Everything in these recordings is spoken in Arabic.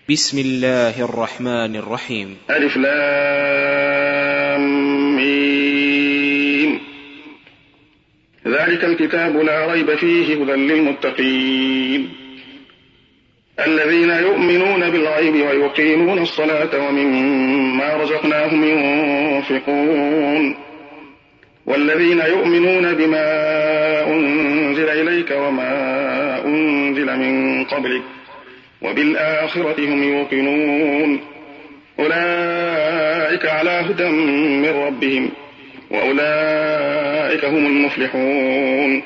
بسم الله الرحمن الرحيم. ألف لام ميم. ذلك الكتاب لا ريب فيه هدى للمتقين الذين يؤمنون بالغيب ويقيمون الصلاة ومما رزقناهم ينفقون والذين يؤمنون بما أنزل إليك وما أنزل من قبلك وبالآخرة هم يوقنون أولئك على هدى من ربهم وأولئك هم المفلحون.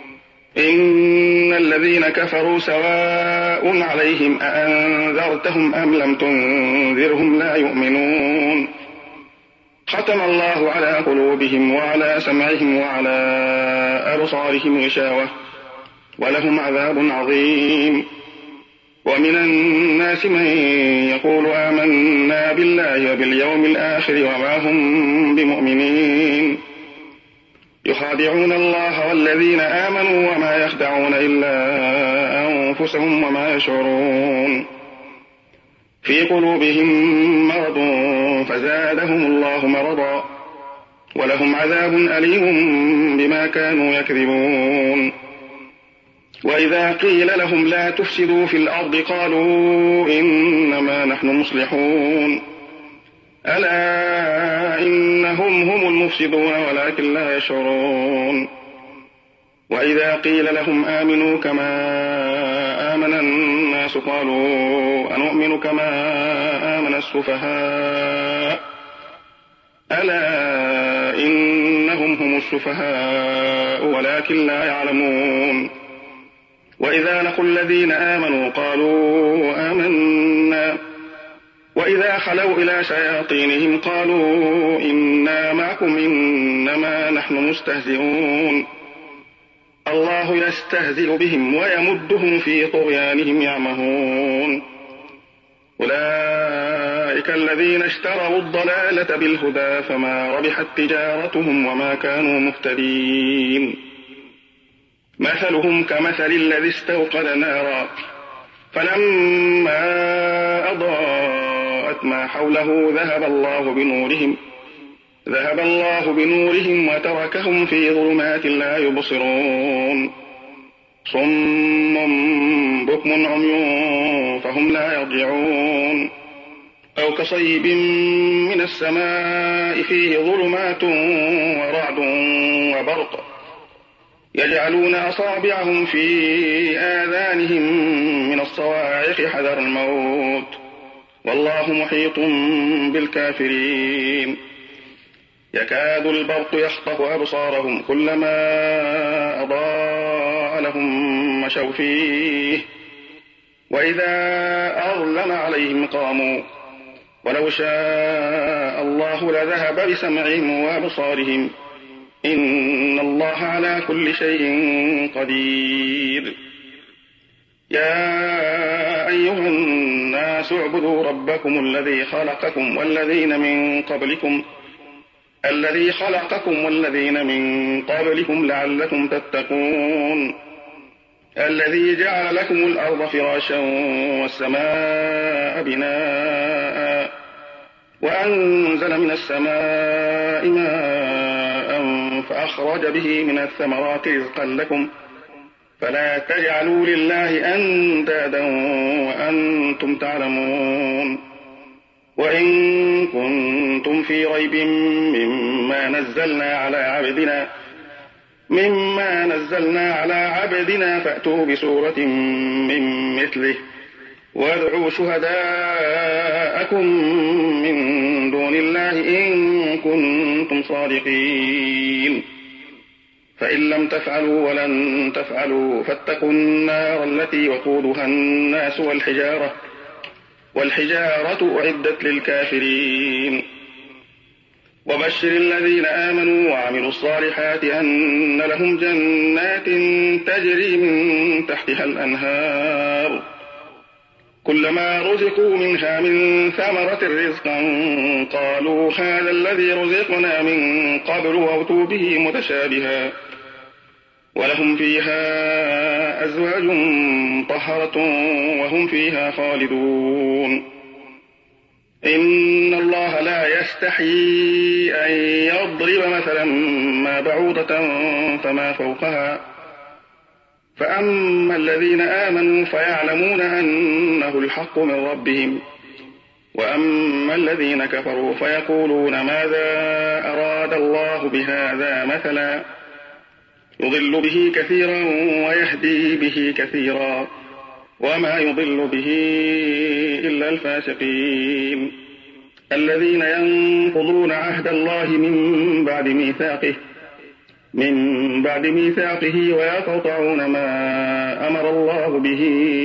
إن الذين كفروا سواء عليهم أأنذرتهم أم لم تنذرهم لا يؤمنون ختم الله على قلوبهم وعلى سمعهم وعلى أبصارهم غشاوة ولهم عذاب عظيم. ومن الناس من يقول آمنا بالله وباليوم الآخر وما هم بمؤمنين يخادعون الله والذين آمنوا وما يخدعون إلا أنفسهم وما يشعرون في قلوبهم مرض فزادهم الله مرضا ولهم عذاب أليم بما كانوا يكذبون. وإذا قيل لهم لا تفسدوا في الأرض قالوا إنما نحن مصلحون ألا إنهم هم المفسدون ولكن لا يشعرون. وإذا قيل لهم آمنوا كما آمن الناس قالوا أنؤمن كما آمن السفهاء ألا إنهم هم السفهاء ولكن لا يعلمون. وإذا لقوا الذين آمنوا قالوا آمنا وإذا خلوا إلى شياطينهم قالوا إنا معكم إنما نحن مستهزئون الله يستهزئ بهم ويمدهم في طغيانهم يعمهون. أولئك الذين اشتروا الضلالة بالهدى فما ربحت تجارتهم وما كانوا مهتدين. مثلهم كمثل الذي استوقد نارا فلما أضاءت ما حوله ذهب الله بنورهم وتركهم في ظلمات لا يبصرون صم بكم عمي فهم لا يرجعون. أو كصيب من السماء فيه ظلمات ورعد وبرق يجعلون أصابعهم في آذانهم من الصواعق حذر الموت والله محيط بالكافرين. يكاد البرق يخطف أبصارهم كلما أضاء لهم مشوا فيه وإذا أظلم عليهم قاموا ولو شاء الله لذهب بسمعهم وأبصارهم إن الله على كل شيء قدير. يا أيها الناس اعبدوا ربكم الذي خلقكم والذين من قبلكم لعلكم تتقون الذي جعل لكم الأرض فراشا والسماء بناء وأنزل من السماء ماء فأخرج به من الثمرات رزقا لكم فلا تجعلوا لله أندادا وأنتم تعلمون. وإن كنتم في ريب مما نزلنا على عبدنا فأتوا بسورة من مثله وادعوا شهداءكم من دون الله إن كنتم صادقين فإن لم تفعلوا ولن تفعلوا فاتقوا النار التي وقودها الناس والحجارة أعدت للكافرين. وبشر الذين آمنوا وعملوا الصالحات أن لهم جنات تجري من تحتها الأنهار كلما رزقوا منها من ثمرة رزقا قالوا هذا الذي رزقنا من قبل وأتوا به متشابها ولهم فيها أزواج مطهرة وهم فيها خالدون. إن الله لا يستحيي أن يضرب مثلا ما بعوضة فما فوقها، فأما الذين آمنوا فيعلمون أنه الحق من ربهم، وأما الذين كفروا فيقولون ماذا أراد الله بهذا مثلا، يضل به كثيرا ويهدي به كثيرا وما يضل به إلا الفاسقين الذين ينقضون عهد الله من بعد ميثاقه ويقطعون ما أمر الله به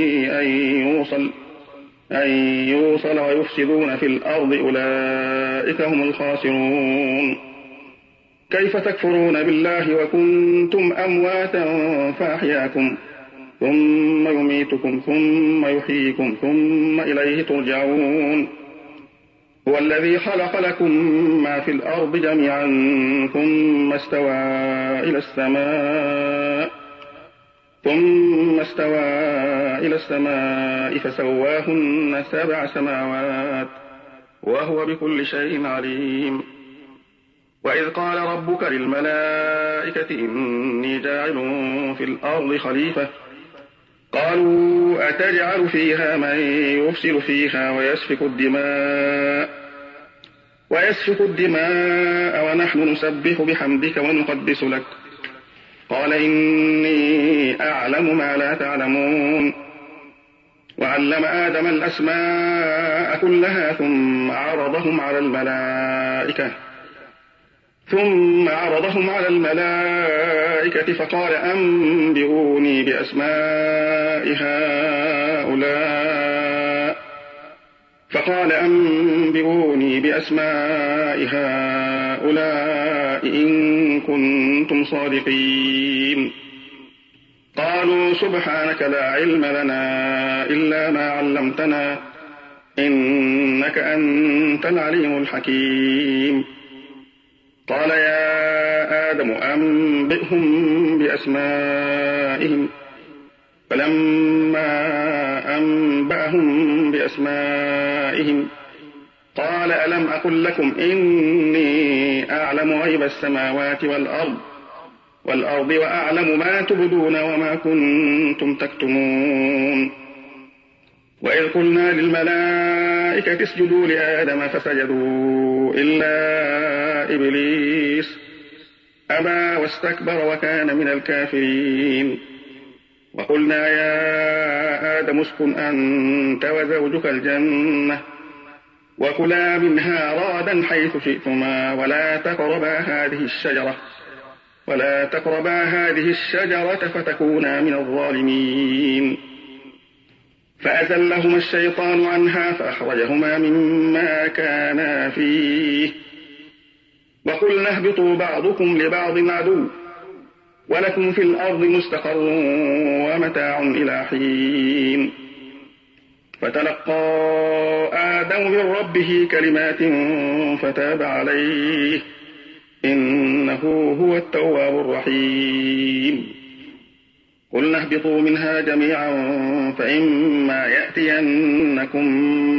أن يوصل ويفسدون في الأرض، أولئك هم الخاسرون. كيف تكفرون بالله وكنتم أمواتا فأحياكم ثم يميتكم ثم يحييكم ثم إليه ترجعون. هو الذي خلق لكم ما في الأرض جميعا ثم استوى إلى السماء فسواهن 7 سماوات وهو بكل شيء عليم. وإذ قال ربك للملائكة إني جاعل في الأرض خليفة، قالوا أتجعل فيها من يفسد فيها ويسفك الدماء ونحن نسبح بحمدك ونقدس لك، قال إني أعلم ما لا تعلمون. وعلم آدم الأسماء كلها ثم عرضهم على الملائكة فقال أنبئوني بأسماء هؤلاء إن كنتم صادقين. قالوا سبحانك لا علم لنا إلا ما علمتنا إنك أنت العليم الحكيم. قال يا آدم أنبئهم بأسمائهم، فلما أنبأهم بأسمائهم قال ألم أقل لكم إني أعلم غيب السماوات والأرض وأعلم ما تبدون وما كنتم تكتمون. وإذ قلنا للملائكة اسجدوا لآدم فسجدوا إلا إبليس أبى واستكبر وكان من الكافرين. وقلنا يا آدم اسكن أنت وزوجك الجنة وكلا منها رغدا حيث شئتما ولا تقربا هذه الشجرة فتكونا من الظالمين. فأزلهما الشيطان عنها فأخرجهما مما كانا فيه، وقلنا اهبطوا بعضكم لبعض عدو ولكم في الأرض مستقر ومتاع إلى حين. فتلقى آدم من ربه كلمات فتاب عليه إنه هو التواب الرحيم. قلنا اهبطوا منها جميعا فإما يأتينكم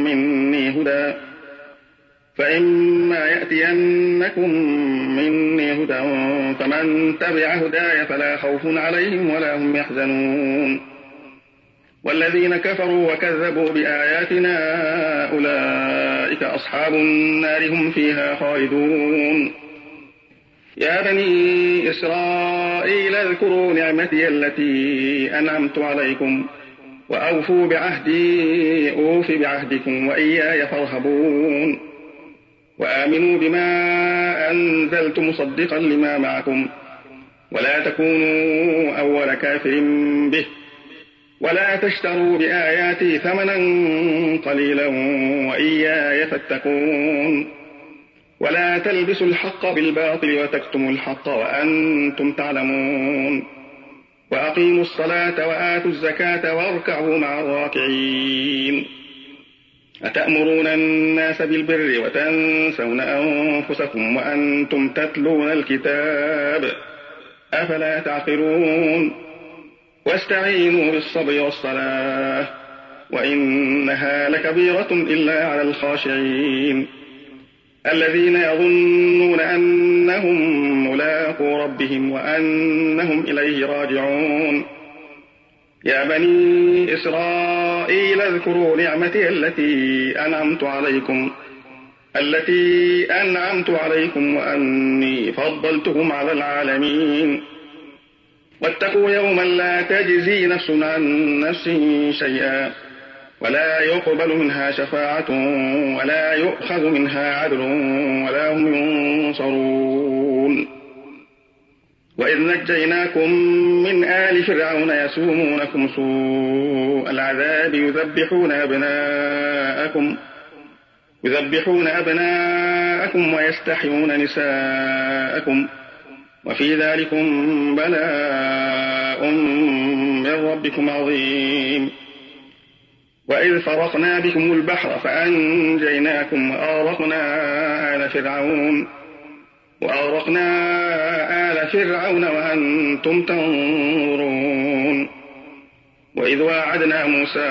مني هدى فمن تبع هداي فلا خوف عليهم ولا هم يحزنون. والذين كفروا وكذبوا بآياتنا أولئك أصحاب النار هم فيها خالدون. يا بني إسرائيل اذكروا نعمتي التي أنعمت عليكم وأوفوا بعهدي أوف بعهدكم وإياي فارهبون. وآمنوا بما أنزلت مصدقا لما معكم ولا تكونوا أول كافر به ولا تشتروا بآياتي ثمنا قليلا وإياي فاتقون. ولا تلبسوا الحق بالباطل وتكتموا الحق وأنتم تعلمون. وأقيموا الصلاة وآتوا الزكاة واركعوا مع الراكعين. أتأمرون الناس بالبر وتنسون أنفسكم وأنتم تتلون الكتاب أفلا تعقلون واستعينوا بالصبر والصلاة وإنها لكبيرة إلا على الخاشعين الذين يظنون أنهم ملاقو ربهم وأنهم إليه راجعون يا بني إسرائيل اذكروا نعمتي التي أنعمت عليكم وأني فضلتكم على العالمين واتقوا يوما لا تجزي نفس عن نفس شيئا ولا يقبل منها شفاعة ولا يؤخذ منها عدل ولا هم ينصرون وإذ نجيناكم من آل فرعون يسومونكم سوء العذاب يذبحون أبناءكم ويستحيون نساءكم وفي ذلكم بلاء من ربكم عظيم وإذ فرقنا بكم البحر فأنجيناكم وأغرقنا آل فرعون وأنتم تنظرون وإذ واعدنا موسى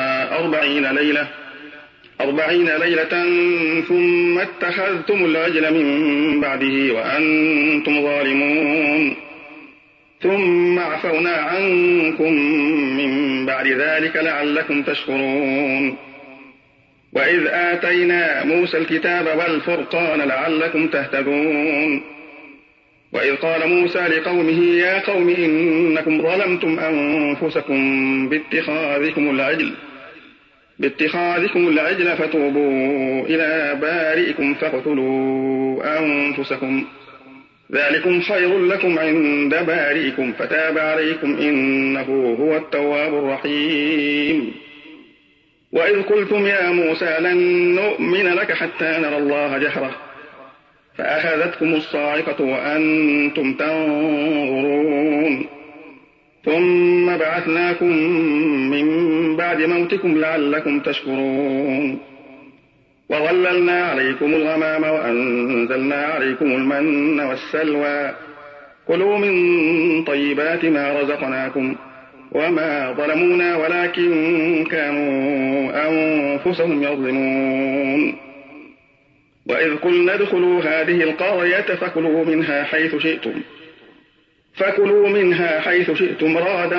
40 ليلة ثم اتخذتم العجل من بعده وأنتم ظالمون ثم عفونا عنكم من بعد ذلك لعلكم تشكرون وإذ آتينا موسى الكتاب والفرقان لعلكم تهتدون وإذ قال موسى لقومه يا قوم إنكم ظلمتم أنفسكم باتخاذكم العجل فتوبوا إلى بارئكم فاقتلوا أنفسكم ذلكم خير لكم عند بارئكم فتاب عليكم إنه هو التواب الرحيم وإذ قلتم يا موسى لن نؤمن لك حتى نرى الله جهرة فأخذتكم الصاعقة وأنتم تنظرون ثم بعثناكم من بعد موتكم لعلكم تشكرون وظللنا عليكم الغمام وأنزلنا عليكم المن والسلوى كلوا من طيبات ما رزقناكم وما ظلمونا ولكن كانوا أنفسهم يظلمون وإذ قلنا ادخلوا هذه القرية فكلوا منها حيث شئتم رادا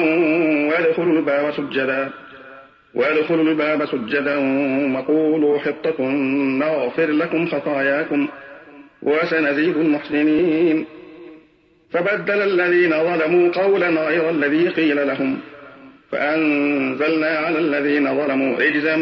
وادخلوا الباب سجدا وقولوا حطة نغفر لكم خطاياكم وسنزيد المحسنين فبدل الذين ظلموا قولا غير الذي قيل لهم فأنزلنا على الذين ظلموا رجزا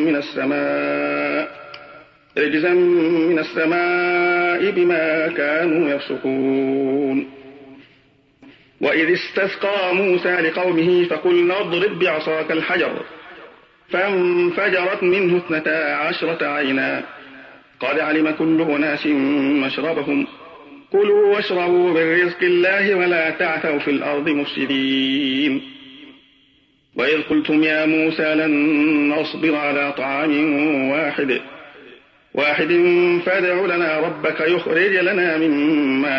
من السماء بما كانوا يفسقون وإذ استسقى موسى لقومه فقلنا اضرب بعصاك الحجر فانفجرت منه 12 عينا قد علم كل أناس مشربهم كلوا واشربوا من رزق الله ولا تعثوا في الأرض مفسدين وإذ قلتم يا موسى لن نصبر على طعام واحد فادع لنا ربك يخرج لنا مما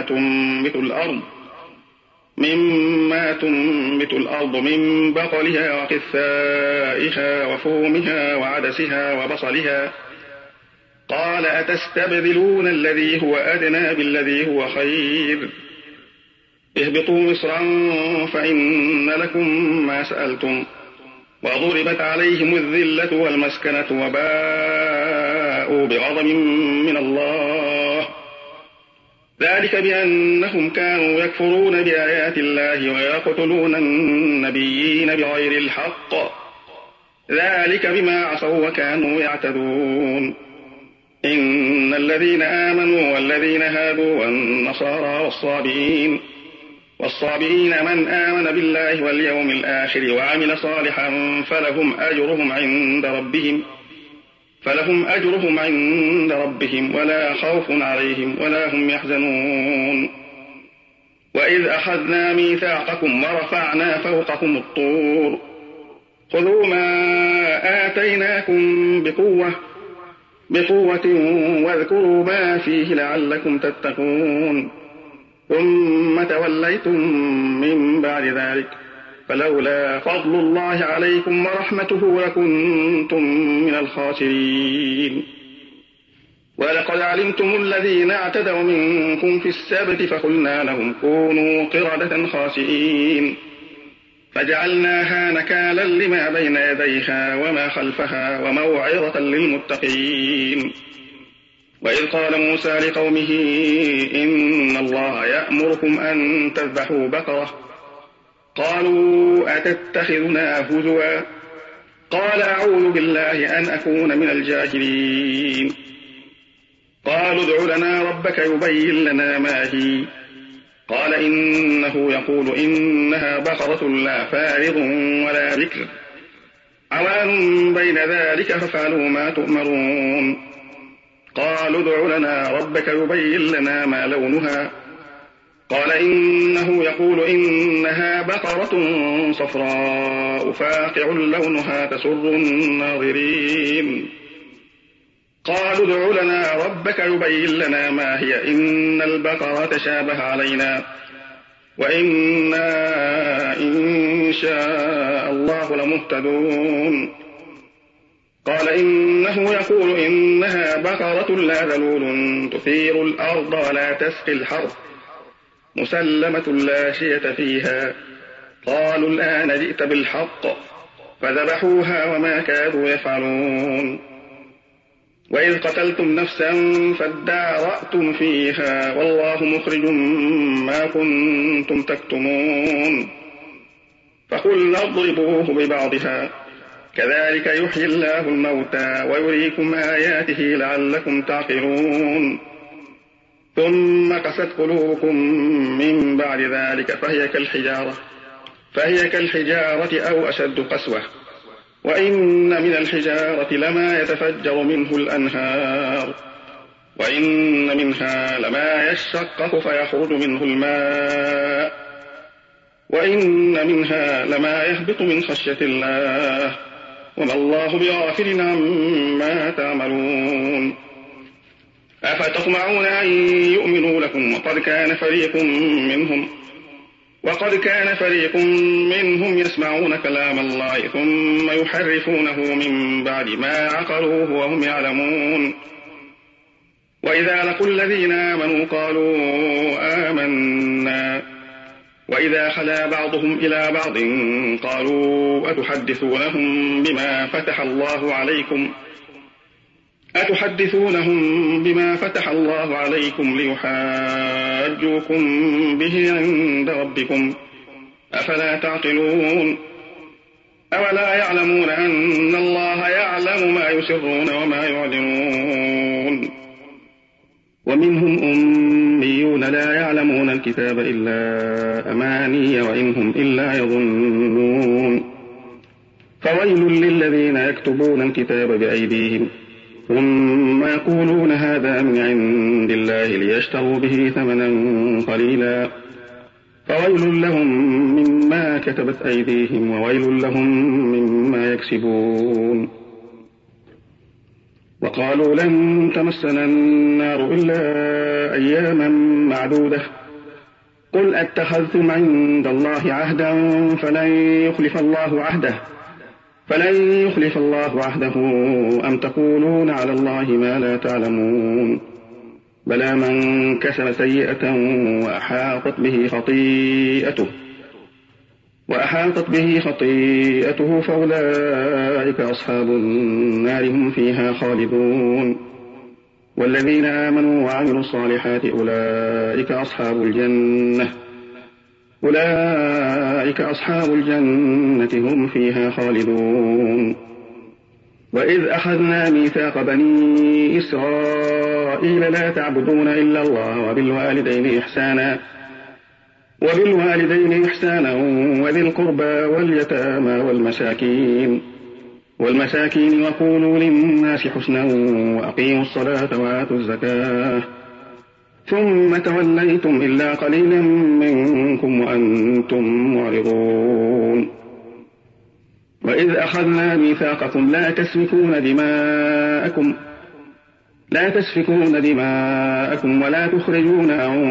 تنبت الأرض من بقلها وقثائها وفومها وعدسها وبصلها قال أتستبدلون الذي هو أدنى بالذي هو خير اهبطوا مصرا فإن لكم ما سألتم وضربت عليهم الذلة والمسكنة وباءوا بغضب من الله ذلك بأنهم كانوا يكفرون بآيات الله ويقتلون النبيين بغير الحق ذلك بما عصوا وكانوا يعتدون إن الذين آمنوا والذين هادوا والنصارى والصابئين من آمن بالله واليوم الآخر وعمل صالحا فلهم أجرهم عند ربهم ولا خوف عليهم ولا هم يحزنون وإذ أخذنا ميثاقكم ورفعنا فوقكم الطور خذوا ما آتيناكم بقوة واذكروا ما فيه لعلكم تتقون ثم توليتم من بعد ذلك فلولا فضل الله عليكم ورحمته لكنتم من الخاسرين. ولقد علمتم الذين اعتدوا منكم في السبت فقلنا لهم كونوا قردة خاسئين فجعلناها نكالا لما بين يديها وما خلفها وموعظة للمتقين. وإذ قال موسى لقومه إن الله يأمركم أن تذبحوا بقرة قالوا أتتخذنا هزوا قال أعوذ بالله أن أكون من الجاهلين. قالوا ادع لنا ربك يبين لنا ما هي قال إنه يقول إنها بقرة لا فارض ولا بكر عوان بين ذلك فافعلوا ما تؤمرون. قالوا ادع لنا ربك يبين لنا ما لونها قال إنه يقول إنها بقرة صفراء فاقع لونها تسر الناظرين. قالوا ادع لنا ربك يبين لنا ما هي إن البقرة تشابه علينا وإنا إن شاء الله لمهتدون. قال إنه يقول إنها بقرة لا ذلول تثير الأرض ولا تسقي الحرث مسلمة لا شية فيها. قالوا الآن جئت بالحق فذبحوها وما كادوا يفعلون. وإذ قتلتم نفسا فادارأتم فيها والله مخرج ما كنتم تكتمون. فقلنا اضربوه ببعضها كذلك يحيي الله الموتى ويريكم آياته لعلكم تعقلون. ثم قست قلوبكم من بعد ذلك فهي كالحجارة أو أشد قسوة وإن من الحجارة لما يتفجر منه الأنهار وإن منها لما يشقق فيخرج منه الماء وإن منها لما يهبط من خشية الله وما الله بغافل عما تعملون. أفتطمعون أن يؤمنوا لكم وقد كان فريق منهم يسمعون كلام الله ثم يحرفونه من بعد ما عقلوه وهم يعلمون. وإذا لقوا الذين آمنوا قالوا آمنا وإذا خلا بعضهم إلى بعض قالوا أتحدثونهم بما فتح الله عليكم ليحاجوكم به عند ربكم أفلا تعقلون. أولا يعلمون أن الله يعلم ما يسرون وما يعلنون. ومنهم أميون لا يعلمون الكتاب إلا أماني وإن هم إلا يظنون. فويل للذين يكتبون الكتاب بأيديهم ثم يقولون هذا من عند الله ليشتروا به ثمنا قليلا فويل لهم مما كتبت أيديهم وويل لهم مما يكسبون. وقالوا لن تمسنا النار إلا أياما معدودة قل أتخذتم عند الله عهدا فلن يخلف الله عهده أم تقولون على الله ما لا تعلمون. بلى من كسب سيئة وأحاطت به خطيئته فأولئك أصحاب النار هم فيها خالدون. والذين آمنوا وعملوا الصالحات أولئك أصحاب الجنة هم فيها خالدون. وإذ أخذنا ميثاق بني إسرائيل لا تعبدون إلا الله وبالوالدين إحسانا وذي القربى واليتامى والمساكين وقولوا للناس حسنا وأقيموا الصلاة وآتوا الزكاة ثم توليتم إلا قليلا منكم وأنتم معرضون. وإذ أخذنا ميثاقكم لا تسفكون دماءكم لا تسفكون دماءكم ولا تخرجون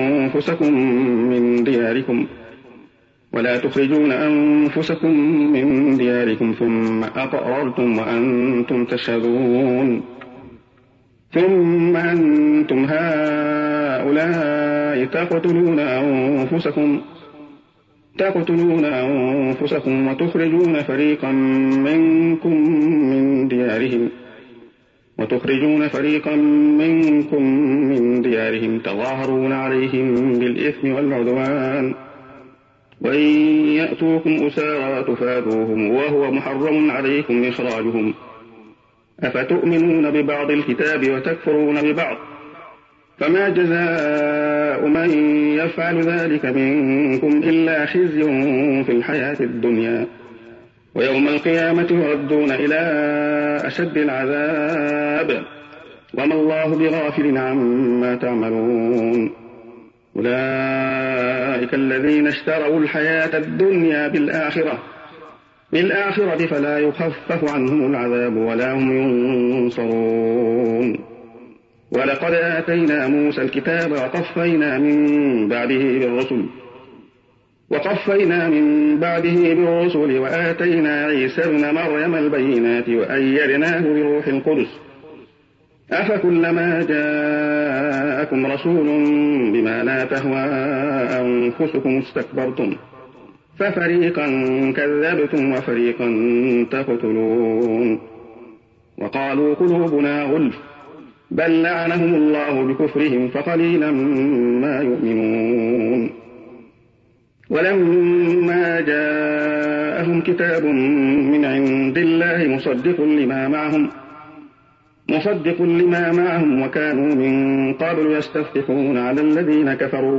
أنفسكم من دياركم ثم أقررتم وأنتم تشهدون. ثم أنتم هؤلاء تقتلون أنفسكم وتخرجون فريقا منكم من ديارهم تظاهرون عليهم بالإثم والعدوان، وإن يأتوكم أسارى تفادوهم وهو محرم عليكم إخراجهم، أفتؤمنون ببعض الكتاب وتكفرون ببعض؟ فما جزاء من يفعل ذلك منكم إلا خزي في الحياة الدنيا، ويوم القيامة يردون إلى أشد العذاب، وما الله بغافل عما تعملون. أولئك الذين اشتروا الحياة الدنيا بالآخرة فلا يخفف عنهم العذاب ولا هم ينصرون. ولقد آتينا موسى الكتاب وقفينا من بعده بالرسل وآتينا عيسى ابن مريم البينات وأيدناه بروح القدس، أفكلما جاءكم رسول بما لا تهوى أنفسكم استكبرتم ففريقا كذبتم وفريقا تقتلون. وقالوا قلوبنا غلف بل لعنهم الله بكفرهم فقليلا ما يؤمنون. ولما جاءهم كتاب من عند الله مصدق لما معهم وكانوا من قبل يستفتحون على الذين كفروا،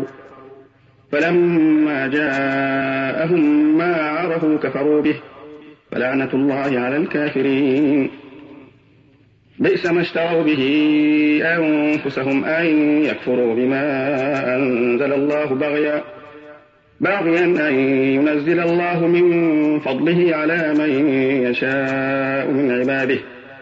فلما جاءهم ما عرفوا كفروا به، فلعنة الله على الكافرين. بئس ما اشتروا به أنفسهم أن يكفروا بما أنزل الله باغيا أن ينزل الله من فضله على من يشاء من عباده،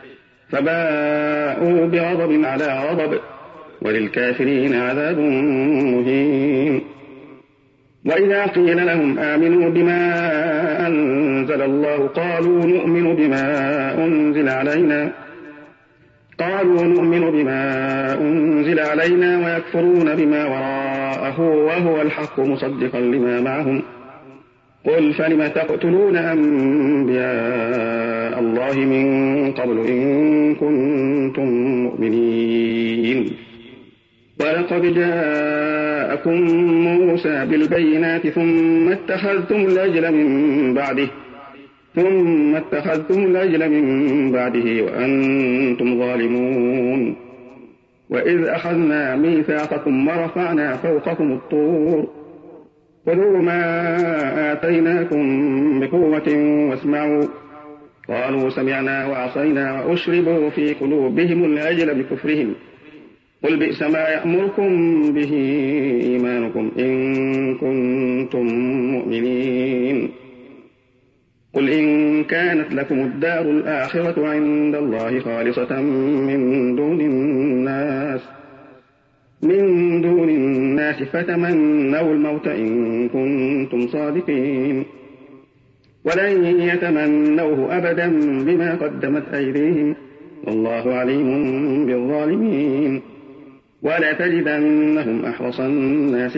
فباءوا بغضب على غضب، وللكافرين عذاب مهين. وإذا قيل لهم آمنوا بما أنزل الله قالوا نؤمن بما أنزل علينا ويكفرون بما وراءه وهو الحق مصدقا لما معهم. قل فلم تقتلون أنبياء الله من قبل إن كنتم مؤمنين؟ ولقد جاءكم موسى بالبينات ثم اتخذتم العجل من بعده وأنتم ظالمون. وإذ أخذنا ميثاقكم ورفعنا فوقكم الطور خذوا ما آتيناكم بقوة واسمعوا، قالوا سمعنا وعصينا وأشربوا في قلوبهم العجل بكفرهم. قل بئس ما يأمركم به إيمانكم إن كنتم مؤمنين. قل إن كانت لكم الدار الآخرة عند الله خالصة من دون الناس فتمنوا الموت إن كنتم صادقين، ولن يتمنوه أبدا بما قدمت أيديهم والله عليم بالظالمين. ولا تجدنهم أحرص الناس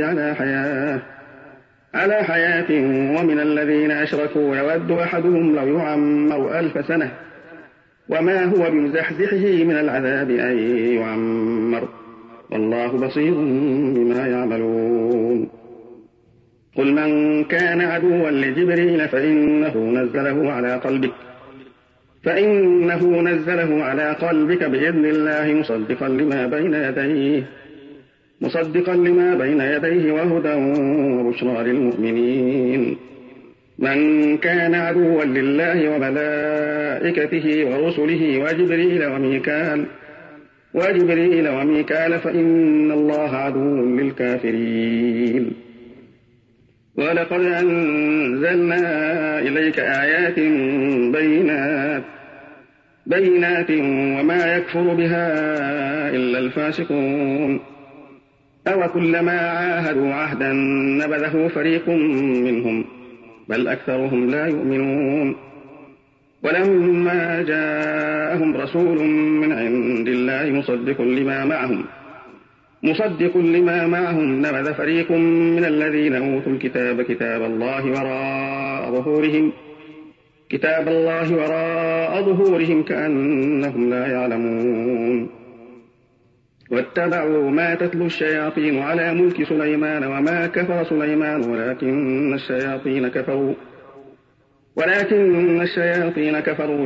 على حياة ومن الذين أشركوا يود أحدهم لو يعمر 1000 سنة وما هو بمزحزحه من العذاب أن يعمر والله بصير بما يعملون. قل من كان عدوا لجبريل فإنه نزله على قلبك بإذن الله مصدقا لما بين يديه وهدى وبشرى للمؤمنين. من كان عدوا لله وملائكته ورسله وجبريل وميكال فإن الله عدو للكافرين. ولقد أنزلنا إليك آيات بينات بينات وما يكفر بها إلا الفاسقون. أو كلما عاهدوا عهدا نبذه فريق منهم بل أكثرهم لا يؤمنون. ولما جاءهم رسول من عند الله مصدق لما معهم نبذ فريق من الذين أوتوا الكتاب كتاب الله وراء ظهورهم كأنهم لا يعلمون. واتبعوا ما تتلو الشياطين على ملك سليمان وما كفر سليمان ولكن الشياطين كفروا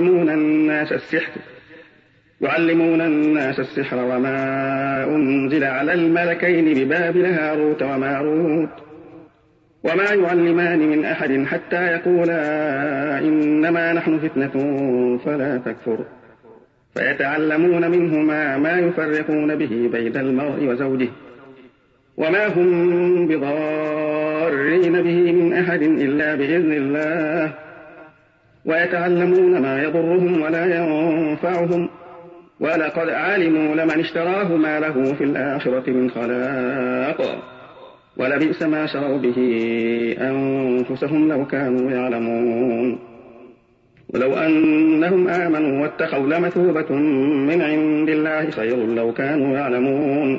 يعلمون الناس السحر وما أنزل على الملكين ببابل هاروت وماروت وما يعلمان من أحد حتى يقولا إنما نحن فتنة فلا تكفر فيتعلمون منهما ما يفرقون به بين المرء وزوجه وما هم بضارين به من أحد إلا بإذن الله ويتعلمون ما يضرهم ولا ينفعهم ولقد علموا لمن اشتراه ما له في الآخرة من خلاق ولبئس ما شروا به أنفسهم لو كانوا يعلمون. ولو أنهم آمنوا واتقوا لمثوبة من عند الله خير لو كانوا يعلمون.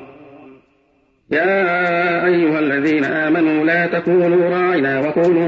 يا أيها الذين آمنوا لا تقولوا راعنا وقولوا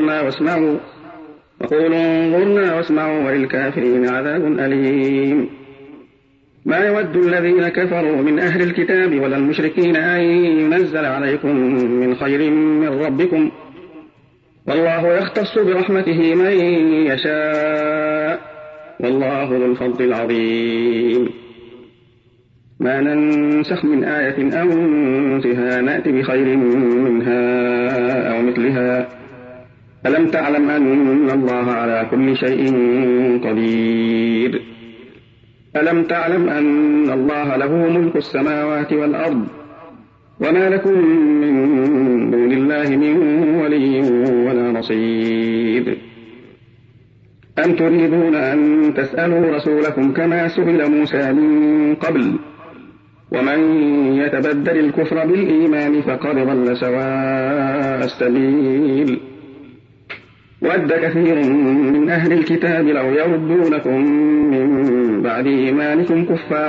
انظرنا واسمعوا وللكافرين عذاب أليم. ما يود الذين كفروا من أهل الكتاب ولا المشركين أن ينزل عليكم من خير من ربكم والله يختص برحمته من يشاء والله ذو الفضل العظيم. ما ننسخ من آية أو ننسها نأتي بخير منها أو مثلها ألم تعلم أن الله على كل شيء قدير. ألم تعلم أن الله له ملك السماوات والأرض وما لكم من دون الله من ولي ولا نصير. أم تريدون أن تسألوا رسولكم كما سئل موسى من قبل ومن يتبدل الكفر بالإيمان فقد ضل سواء السبيل. ود كثير من أهل الكتاب لو يردونكم من بعد إيمانكم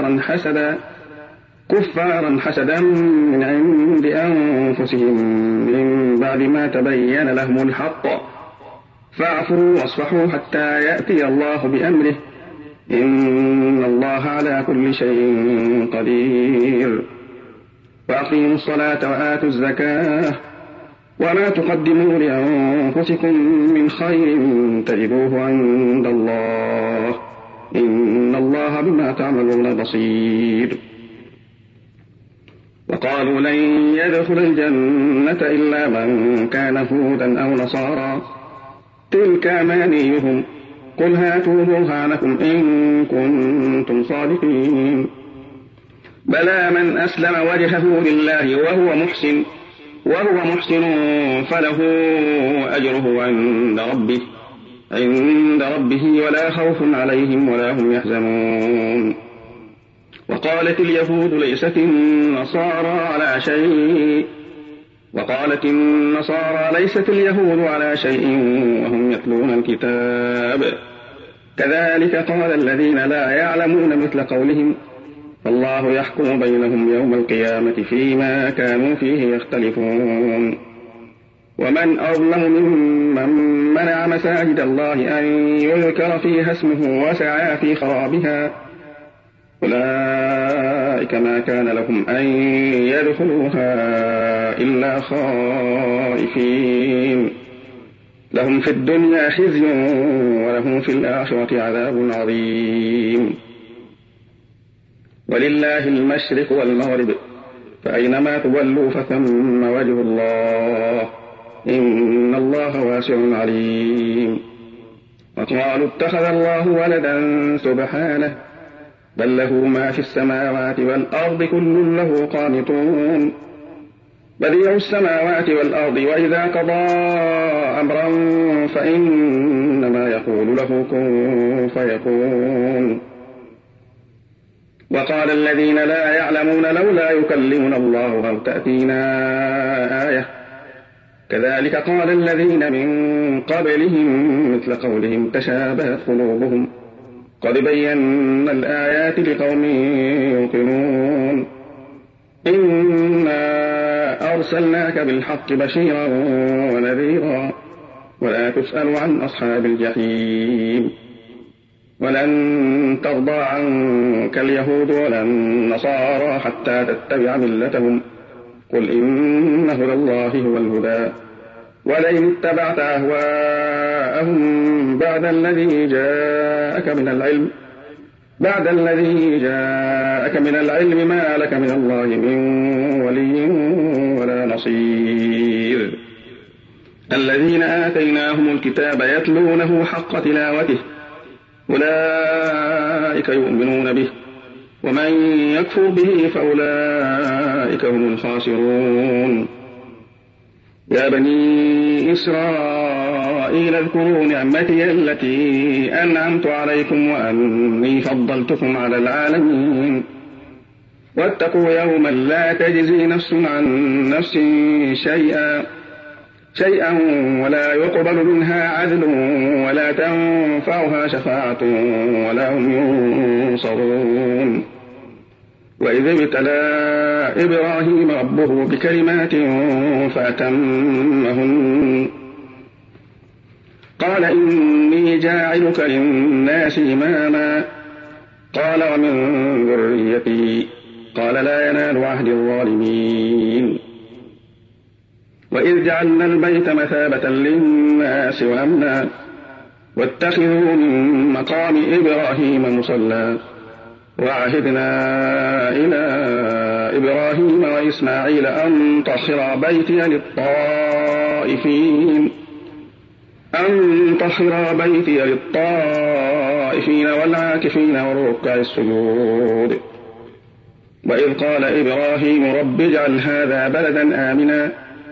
كفارا حسدا من عند أنفسهم من بعد ما تبين لهم الحق فاعفوا واصفحوا حتى يأتي الله بأمره إن الله على كل شيء قدير. وأقيموا الصلاة وآتوا الزكاة وما تقدموا لأنفسكم من خير تجدوه عند الله إن الله بما تعملون بصير. وقالوا لن يدخل الجنة إلا من كان هودا أو نصارى تلك أمانيهم قل هاتوا برهانكم إن كنتم صادقين. بلى من أسلم وجهه لله وهو محسن فله أجره عند ربه ولا خوف عليهم ولا هم يحزنون. وقالت اليهود ليست النصارى ليست اليهود على شيء وهم يتلون الكتاب كذلك قال الذين لا يعلمون مثل قولهم فالله يحكم بينهم يوم القيامة فيما كانوا فيه يختلفون. ومن أظلم ممن منع مساجد الله أن يذكر فيها اسمه وسعى في خرابها أولئك ما كان لهم أن يدخلوها إلا خائفين لهم في الدنيا خزي ولهم في الآخرة عذاب عظيم. ولله المشرق والمغرب فأينما تولوا فثم وجه الله إن الله واسع عليم. وقالوا اتخذ الله ولدا سبحانه بل له ما في السماوات والأرض كل له قانتون. بديع السماوات والأرض وإذا قضى أمرا فإنما يقول له كن فيكون. وقال الذين لا يعلمون لولا يكلمنا الله أو تأتينا آية كذلك قال الذين من قبلهم مثل قولهم تشابهت قلوبهم قد بينا الآيات لقوم يوقنون. إنا أرسلناك بالحق بشيرا ونذيرا ولا تسأل عن أصحاب الجحيم. ولن ترضى عنك اليهود ولا النصارى حتى تتبع ملتهم قل إن هدى الله هو الهدى ولئن اتبعت أهواءهم بعد الذي جاءك من العلم ما لك من الله من ولي ولا نصير. الذين آتيناهم الكتاب يتلونه حق تلاوته أولئك يؤمنون به ومن يكفر به فأولئك هم الخاسرون. يا بني إسرائيل اذكروا نعمتي التي أنعمت عليكم وأني فضلتكم على العالمين. واتقوا يوما لا تجزي نفس عن نفس شيئا ولا يقبل منها عدل ولا تنفعها شفاعة ولا هم ينصرون. وإذ ابتلى إبراهيم ربه بكلمات فأتمهن قال إني جاعلك للناس إماما قال ومن ذريتي قال لا ينال عهد الظالمين. وإذ جعلنا البيت مثابة للناس وأمنا واتخذوا من مقام إبراهيم مصلى وعهدنا إلى إبراهيم وإسماعيل أن طهر بيتي للطائفين والعاكفين والركع السجود. وإذ قال إبراهيم رب اجعل هذا بلدا آمنا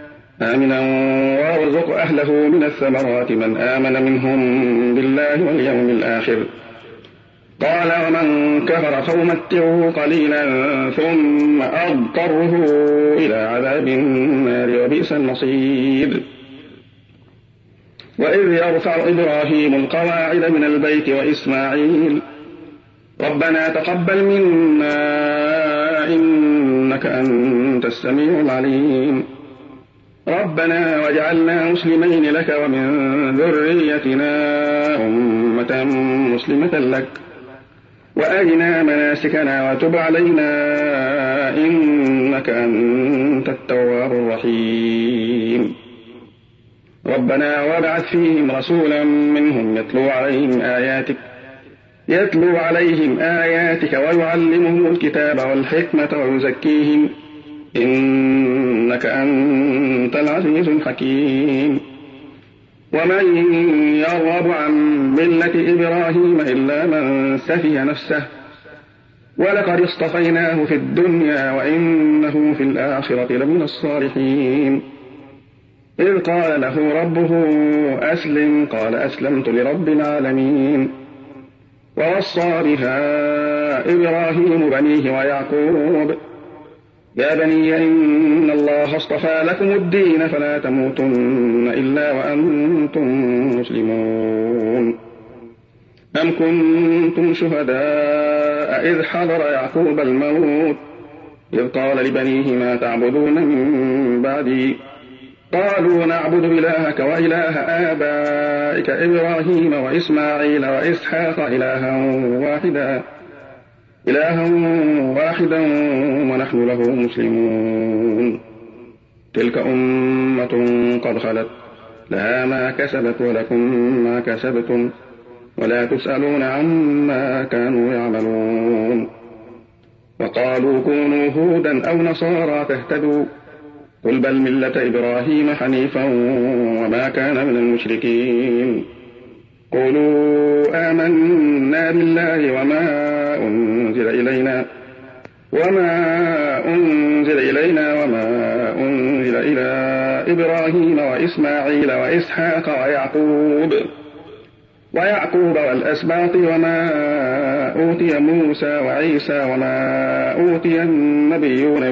وارزق أهله من الثمرات من آمن منهم بالله واليوم الآخر قال ومن كفر فأمتعه قليلا ثم أضطره إلى عذاب النار وبئس المصير. وإذ يرفع إبراهيم القواعد من البيت وإسماعيل ربنا تقبل منا إنك أنت السميع العليم ربنا واجعلنا مسلمين لك ومن ذريتنا أمة مسلمة لك وأرنا مناسكنا وتب علينا إنك أنت التواب الرحيم. ربنا وابعث فيهم رسولا منهم يتلو عليهم آياتك ويعلمهم الكتاب والحكمة ويزكيهم إنك أنت العزيز الحكيم. ومن يرغب عن ملة إبراهيم إلا من سفه نفسه ولقد اصطفيناه في الدنيا وإنه في الآخرة لمن الصالحين. إذ قال له ربه أسلم قال أسلمت لرب العالمين. ووصى بها إبراهيم بنيه ويعقوب يا بني إن الله اصطفى لكم الدين فلا تموتن إلا وأنتم مسلمون. أم كنتم شهداء إذ حضر يعقوب الموت إذ قال لبنيه ما تعبدون من بعدي قالوا نعبد إلهك وإله آبائك إبراهيم وإسماعيل وإسحاق إلها واحدا ونحن له مسلمون. تلك أمة قد خلت لها ما كسبت ولكم ما كسبتم ولا تسألون عما كانوا يعملون. وقالوا كونوا هودا أو نصارى تهتدوا قل بل ملة إبراهيم حنيفا وما كان من المشركين. قولوا آمنا بالله وما أنزل إلينا وما أنزل أنزل إلى إبراهيم وإسماعيل وإسحاق ويعقوب والأسباط وما أوتي موسى وعيسى وما أوتي النبيون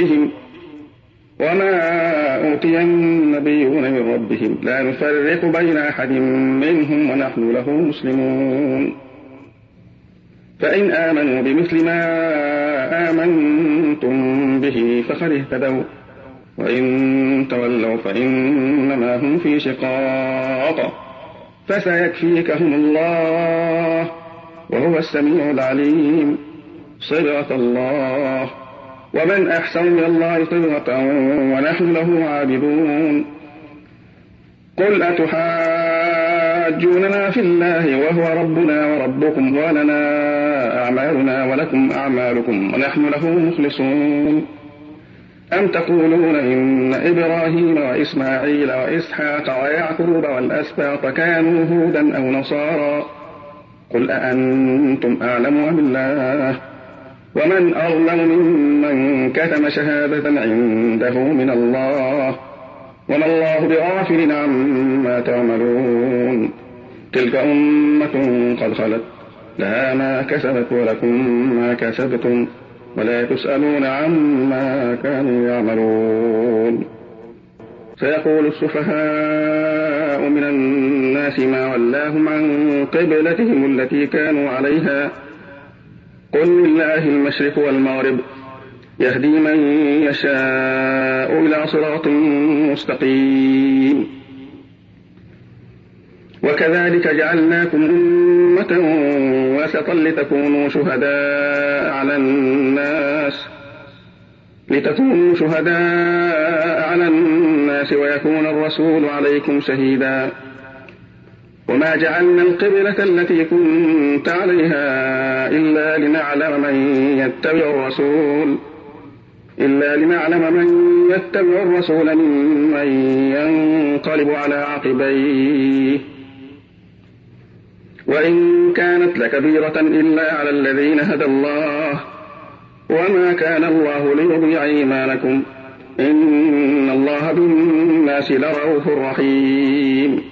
من ربهم لا نفرق بين أحد منهم ونحن له مسلمون فإن آمنوا بمثل ما آمنتم به فقد اهتدوا وإن تولوا فإنما هم في شقاق فسيكفيكهم الله وهو السميع العليم صبغة الله ومن أحسن من الله صبغة ونحن له عابدون قل أتحاجوننا في الله وهو ربنا وربكم ولنا أعمالنا ولكم أعمالكم ونحن له مخلصون أم تقولون إن إبراهيم وإسماعيل وإسحاق ويعقوب والأسباط كانوا هودا أو نصارى قل أأنتم أعلم أم الله ومن أظلم ممن كتم شهادة عنده من الله وما الله بغافل عما تعملون تلك أمة قد خلت لها ما كسبت ولكم ما كسبتم ولا تسألون عما كانوا يعملون سيقول السفهاء من الناس ما ولاهم عن قبلتهم التي كانوا عليها قل لله المشرق والمغرب يهدي من يشاء إلى صراط مستقيم وكذلك جعلناكم أمة وسطا لتكونوا شهداء على الناس ويكون الرسول عليكم شهيدا وما جعلنا القبلة التي كنت عليها إلا لنعلم من يتبع الرسول ممن ينقلب على عقبيه وإن كانت لكبيرة إلا على الذين هدى الله وما كان الله ليضيع إيمانكم إن الله بالناس لرؤوف رحيم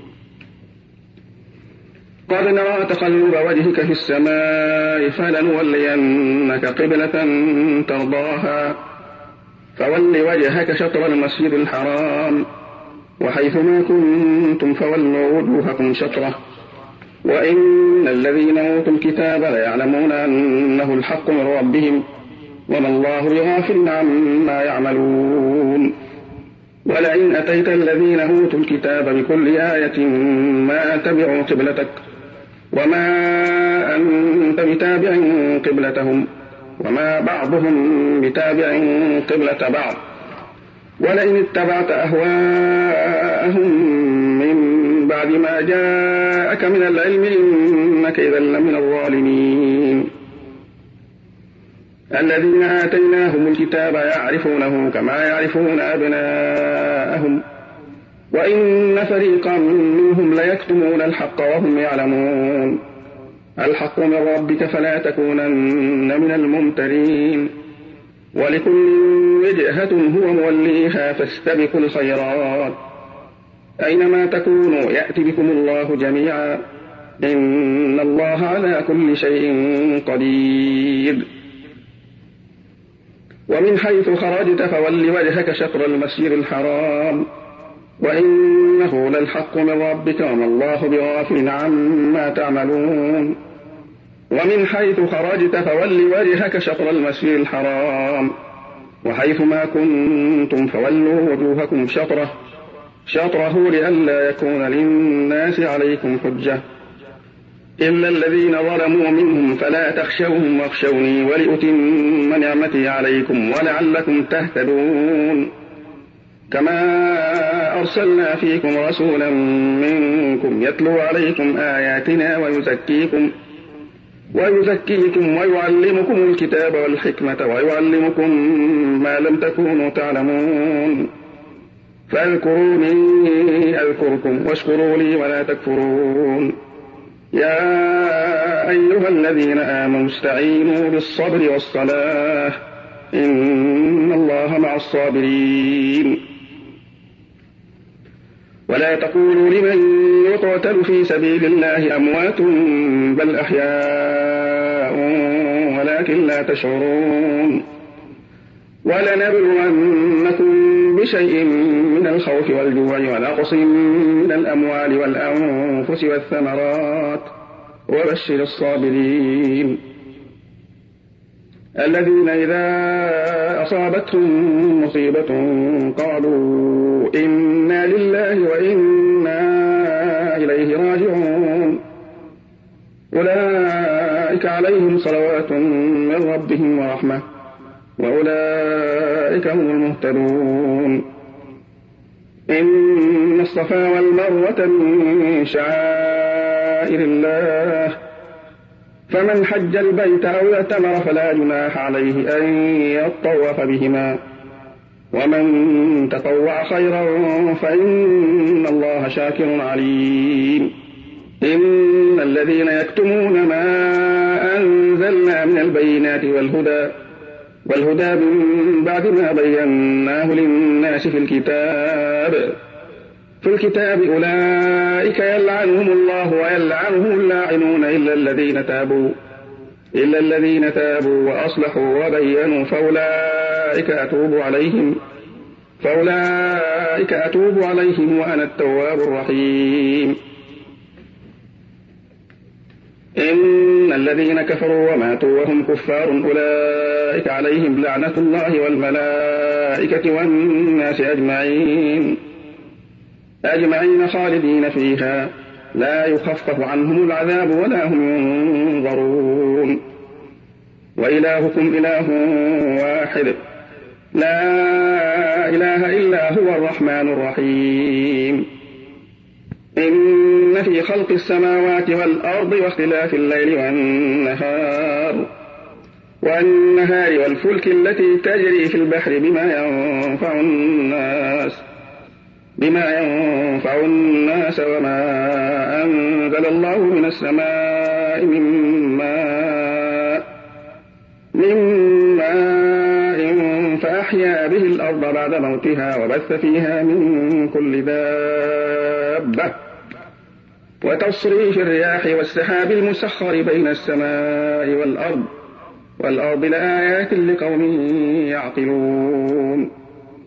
قد نرى تقلب وجهك في السماء فلنولينك قبلة ترضاها فول وجهك شطر المسجد الحرام وحيث ما كنتم فولوا وجوهكم شطره وإن الذين أوتوا الكتاب ليعلمون أنه الحق من ربهم وما الله بغافل عما يعملون ولئن أتيت الذين أوتوا الكتاب بكل آية ما تبعوا قبلتك وما أنت بتابع قبلتهم وما بعضهم بتابع قبلة بعض ولئن اتبعت أهواءهم من بعد ما جاءك من العلم إنك إذا لمن الظالمين الذين آتيناهم الكتاب يعرفونه كما يعرفون أبناءهم وإن فريقا منهم ليكتمون الحق وهم يعلمون الحق من ربك فلا تكونن من الممترين ولكل وجهة هو موليها فاستبقوا الخيرات أينما تكونوا يأتي بكم الله جميعا إن الله على كل شيء قدير ومن حيث خرجت فول وجهك شطر المسجد الحرام وإنه للحق من ربك وما الله بغافل عما تعملون ومن حيث خرجت فول وجهك شطر المسجد الحرام وحيث ما كنتم فولوا وجوهكم شطره لئلا يكون للناس عليكم حجة إلا الذين ظلموا منهم فلا تخشوهم واخشوني ولأتم نعمتي عليكم ولعلكم تهتدون كما أرسلنا فيكم رسولا منكم يتلو عليكم آياتنا ويزكيكم ويعلمكم الكتاب والحكمة ويعلمكم ما لم تكونوا تعلمون فاذكروني أذكركم واشكروا لي ولا تكفرون يا أيها الذين آمنوا استعينوا بالصبر والصلاة إن الله مع الصابرين. ولا تقولوا لمن يقتل في سبيل الله أموات بل أحياء ولكن لا تشعرون. ولنبلونكم بشيء من الخوف والجوع ونقص من الأموال والأنفس والثمرات وبشر الصابرين الذين إذا أصابتهم مصيبة قالوا إنا لله وإنا إليه راجعون أولئك عليهم صلوات من ربهم ورحمة وأولئك هم المهتدون. إن الصفا والمروة من شعائر الله فمن حج البيت أو اعتمر فلا جناح عليه أن يطوف بهما ومن تطوع خيرا فإن الله شاكر عليم. إن الذين يكتمون ما أنزلنا من البينات والهدى من بعد ما بيناه للناس في الكتاب أولئك يلعنهم الله ويلعنهم اللاعنون إلا الذين تابوا وأصلحوا وبينوا فأولئك أتوب عليهم وأنا التواب الرحيم. إن الذين كفروا وماتوا وهم كفار أولئك عليهم لعنة الله والملائكة والناس أجمعين خالدين فيها لا يخفف عنهم العذاب ولا هم ينظرون. وإلهكم إله واحد لا إله إلا هو الرحمن الرحيم. إن في خلق السماوات والأرض واختلاف الليل والنهار والفلك التي تجري في البحر بما ينفع الناس وما أنزل الله من السماء من ماء فأحيا به الأرض بعد موتها وبث فيها من كل دابة وتصريف الرياح والسحاب المسخر بين السماء والأرض لآيات لقوم يعقلون.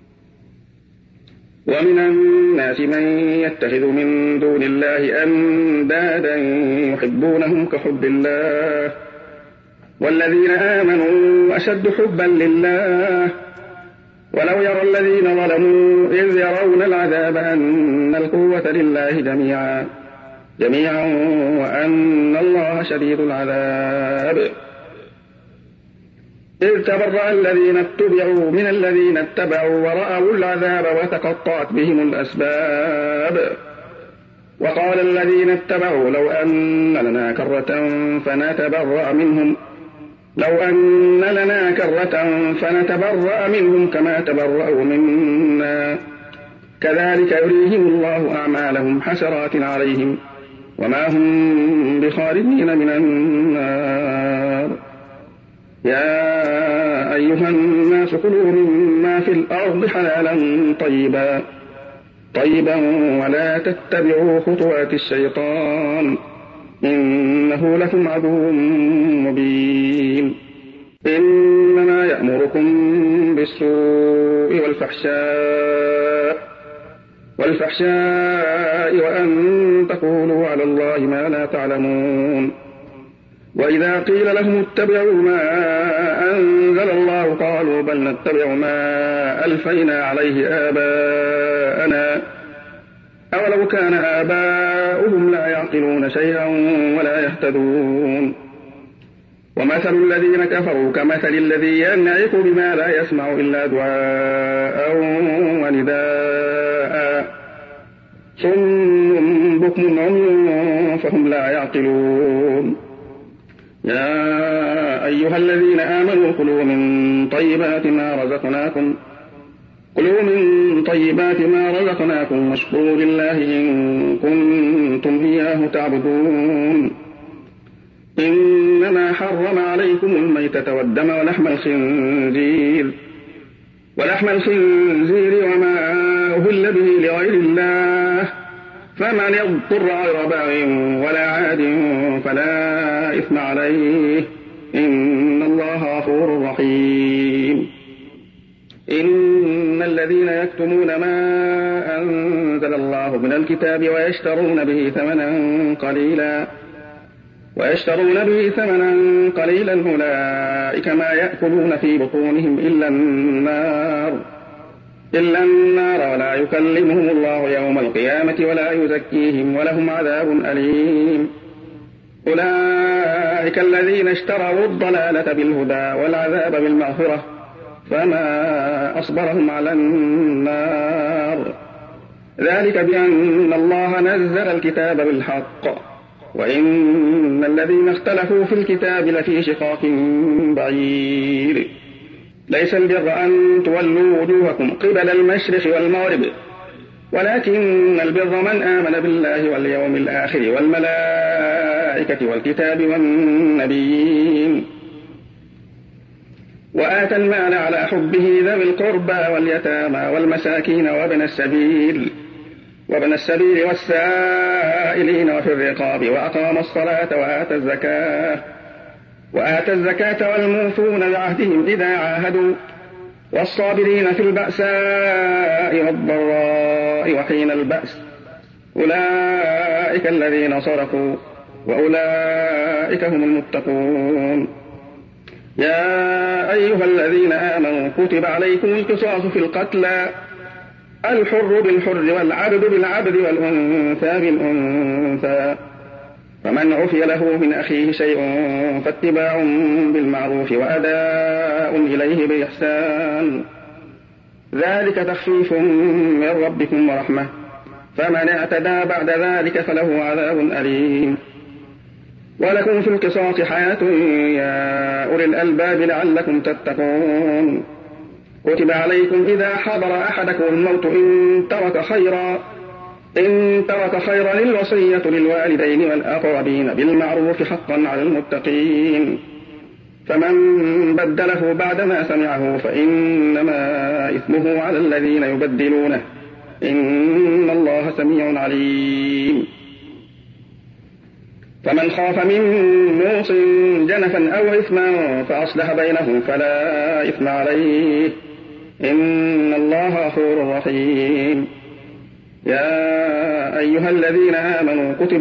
ومن الناس من يتخذ من دون الله أندادا يحبونهم كحب الله والذين آمنوا أشد حبا لله ولو يرى الذين ظلموا إذ يرون العذاب أن القوة لله جميعا وأن الله شديد العذاب. إذ تبرأ الذين اتبعوا من الذين اتبعوا ورأوا العذاب وتقطعت بهم الأسباب. وقال الذين اتبعوا لو أن لنا كرة فنتبرأ منهم كما تبرأوا منا كذلك يريهم الله أعمالهم حسرات عليهم وما هم بخارجين من النار. يا أيها الناس كلوا مما في الأرض حلالا طيبا ولا تتبعوا خطوات الشيطان إنه لكم عدو مبين. إنما يأمركم بالسوء والفحشاء وأن تقولوا على الله ما لا تعلمون. وإذا قيل لهم اتبعوا ما أنزل الله قالوا بل نتبع ما ألفينا عليه آباءنا أولو كان آباؤهم لا يعقلون شيئا ولا يهتدون. ومثل الذين كفروا كمثل الذي ينعق بما لا يسمع إلا دعاء ونداء صم بكم عمي فهم لا يعقلون. يا أيها الذين آمنوا كلوا من طيبات ما رزقناكم واشكروا لله إن كنتم إياه تعبدون. إنما حرم عليكم الميتة والدم ولحم الخنزير وما أهل به لغير الله، فمن اضطر غير باغ ولا عاد فلا إثم عليه، إن الله غفور رحيم. إن الذين يكتمون ما أنزل الله من الكتاب ويشترون به ثمنا قليلا أولئك ما يأكلون في بطونهم إلا النار ولا يكلمهم الله يوم القيامة ولا يزكيهم ولهم عذاب أليم. أولئك الذين اشتروا الضلالة بالهدى والعذاب بالمغفرة، فما أصبرهم على النار. ذلك بأن الله نزل الكتاب بالحق، وإن الذين اختلفوا في الكتاب لفي شقاق بعيد. ليس البر أن تولوا وجوهكم قبل المشرق والمغرب، ولكن البر من آمن بالله واليوم الآخر والملائكة والكتاب والنبيين، وآتى المال على حبه ذوي القربى واليتامى والمساكين وابن السبيل والسائلين وفي الرقاب، وأقام الصلاة وآتى الزكاة والموفون بعهدهم إذا عاهدوا، والصابرين في البأساء والضراء وحين البأس، أولئك الذين صدقوا وأولئك هم المتقون. يا أيها الذين آمنوا كتب عليكم القصاص في القتلى، الحر بالحر والعبد بالعبد والأنثى بالأنثى، فمن عفي له من أخيه شيء فاتباع بالمعروف وأداء إليه بإحسان، ذلك تخفيف من ربكم ورحمة، فمن اعتدى بعد ذلك فله عذاب أليم. ولكم في القصاص حياة يا أولي الألباب لعلكم تتقون. كتب عليكم إذا حضر أحدكم الموت إن ترك خيرا الوصية للوالدين والأقربين بالمعروف حقا على المتقين، فمن بدله بعدما سمعه فإنما إثمه على الذين يبدلونه، إن الله سميع عليم. فمن خاف من موص جنفا أو إثما فأصلح بينهم فلا إثم عليه، إن الله غفور رحيم. يا أيها الذين آمنوا كتب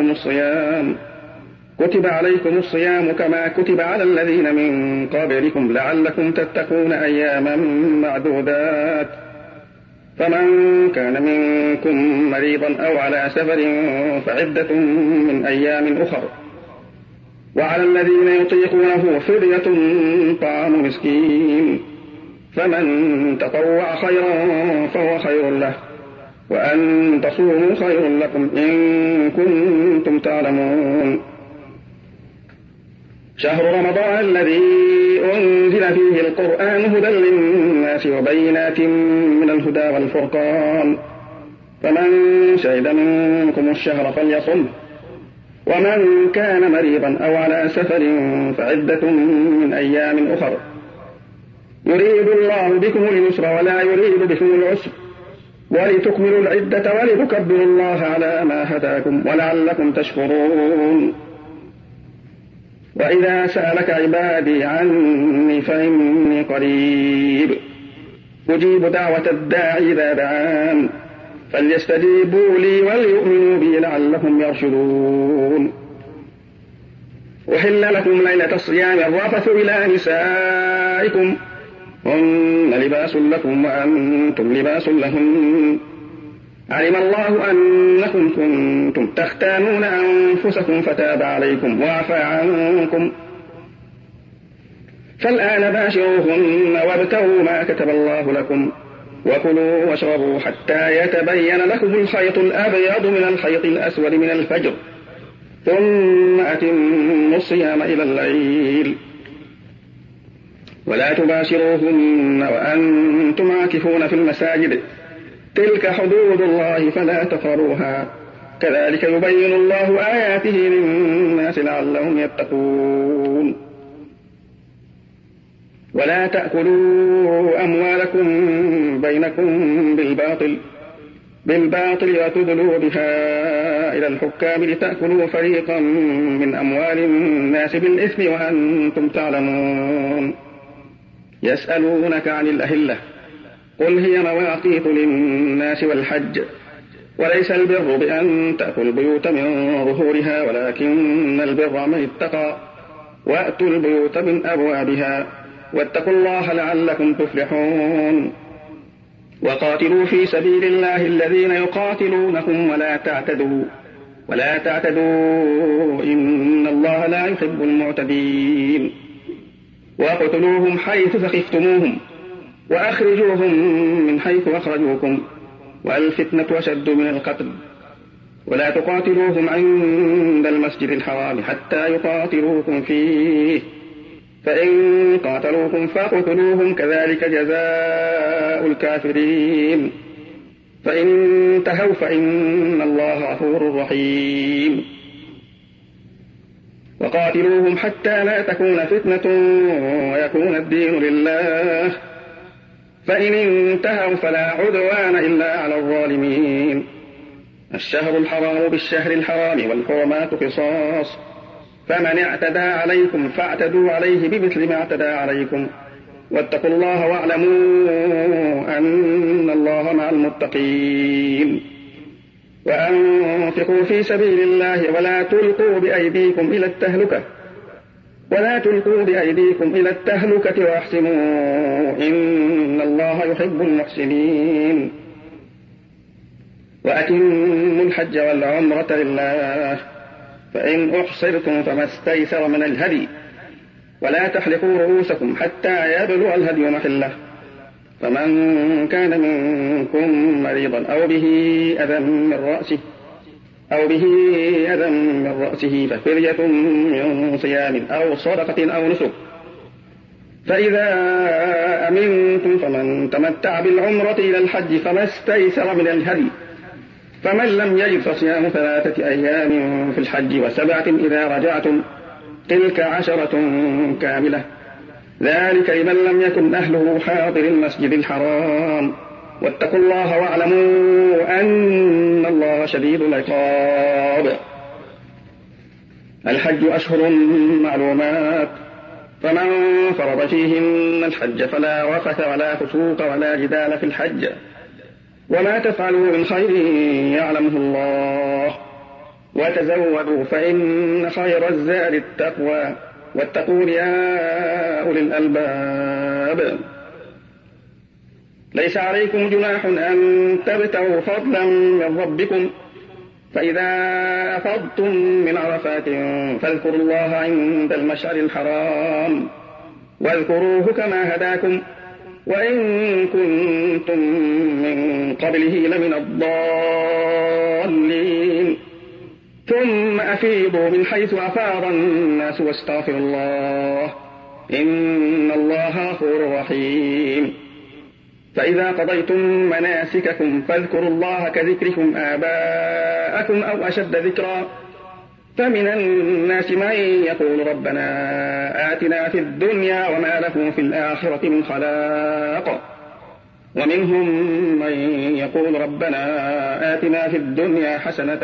عليكم الصيام كما كتب على الذين من قبلكم لعلكم تتقون أياما معدودات، فمن كان منكم مريضا أو على سفر فعدة من أيام أخر، وعلى الذين يطيقونه فدية طعام مسكين، فمن تطوع خيرا فهو خير له، وأن تصوموا خير لكم إن كنتم تعلمون. شهر رمضان الذي أنزل فيه القرآن هدى للناس وبينات من الهدى والفرقان، فمن شهد منكم الشهر فليصمه، ومن كان مريضا أو على سفر فعدة من أيام أخر، يريد الله بكم اليسر ولا يريد بكم العسر، ولتكملوا العدة ولتكبروا الله على ما هداكم ولعلكم تشكرون. وإذا سألك عبادي عني فإني قريب أجيب دعوة الداعي إذا دعان، فليستجيبوا لي وليؤمنوا بي لعلهم يرشدون. أحل لكم ليلة الصيام الرفث إلى نسائكم، هن لباس لكم وأنتم لباس لهن، علم الله أنكم كنتم تختانون أنفسكم فتاب عليكم وعفى عنكم، فالآن باشروهن وابتغوا ما كتب الله لكم، وكلوا واشربوا حتى يتبين لكم الخيط الأبيض من الخيط الأسود من الفجر، ثم أتموا الصيام إلى الليل، ولا تباشروهن وأنتم عاكفون في المساجد، تلك حدود الله فلا تقربوها، كذلك يبين الله آياته للناس لعلهم يتقون. ولا تأكلوا أموالكم بينكم بالباطل وتدلوا بها إلى الحكام لتأكلوا فريقا من أموال الناس بالإثم وأنتم تعلمون. يسألونك عن الأهلة قل هي مواقيت للناس والحج وليس البر بأن تأتوا البيوت من ظهورها ولكن البر من اتقى وأتوا البيوت من أبوابها واتقوا الله لعلكم تفلحون. وقاتلوا في سبيل الله الذين يقاتلونكم ولا تعتدوا إن الله لا يحب المعتدين. واقتلوهم حيث ثقفتموهم وأخرجوهم من حيث أخرجوكم والفتنة أشد من القتل. ولا تقاتلوهم عند المسجد الحرام حتى يقاتلوكم فيه فإن قاتلوكم فاقتلوهم كذلك جزاء الكافرين. فإن انتهوا فإن الله غفور رحيم. وقاتلوهم حتى لا تكون فتنة ويكون الدين لله فإن انتهوا فلا عدوان إلا على الظالمين. الشهر الحرام بالشهر الحرام والحرمات قصاص فمن اعتدى عليكم فاعتدوا عليه بمثل ما اعتدى عليكم واتقوا الله واعلموا أن الله مع المتقين. وأنفقوا في سبيل الله ولا تلقوا بأيديكم إلى التهلكة وأحسنوا إن الله يحب المحسنين. وأتموا الحج والعمرة لله فإن أحصرتم فما استيسر من الهدي ولا تحلقوا رؤوسكم حتى يبلغ الهدي محله فمن كان منكم مريضا أو به أذى من رأسه ففدية من صيام أو صدقة أو نسك. فإذا أمنتم فمن تمتع بالعمرة إلى الحج فما استيسر من الهدي فمن لم يجد فصيام 3 أيام في الحج و7 إذا رجعتم تلك 10 كاملة ذلك لمن لم يكن أهله حاضر المسجد الحرام واتقوا الله واعلموا أن الله شديد العقاب. الحج أشهر معلومات فمن فرض فيهن الحج فلا رفث ولا فسوق ولا جدال في الحج وما تفعلوا من خير يعلمه الله وتزودوا فإن خير الزاد التقوى واتقون يا أولي الألباب. ليس عليكم جناح أن تبتغوا فضلا من ربكم فإذا أفضتم من عرفات فاذكروا الله عند المشعر الحرام واذكروه كما هداكم وإن كنتم من قبله لمن الضالين. ثم أفيضوا من حيث أفاض الناس واستغفروا الله إن الله غفور رحيم. فإذا قضيتم مناسككم فاذكروا الله كذكركم آباءكم أو أشد ذكرا فمن الناس من يقول ربنا آتنا في الدنيا وما له في الآخرة من خلاق ومنهم من يقول ربنا آتنا في الدنيا حسنة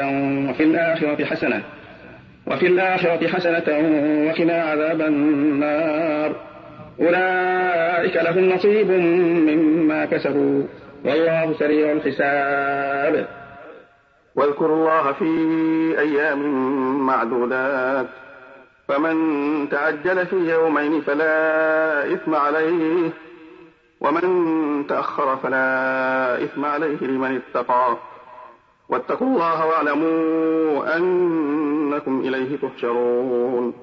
وفي الآخرة حسنة وقنا عذاب النار. أولئك لهم نصيب مما كسبوا والله سريع الحساب. واذكروا الله في أيام معدودات فمن تعجل في يومين فلا إثم عليه ومن تأخر فلا إثم عليه لمن اتقى واتقوا الله واعلموا أنكم إليه تحشرون.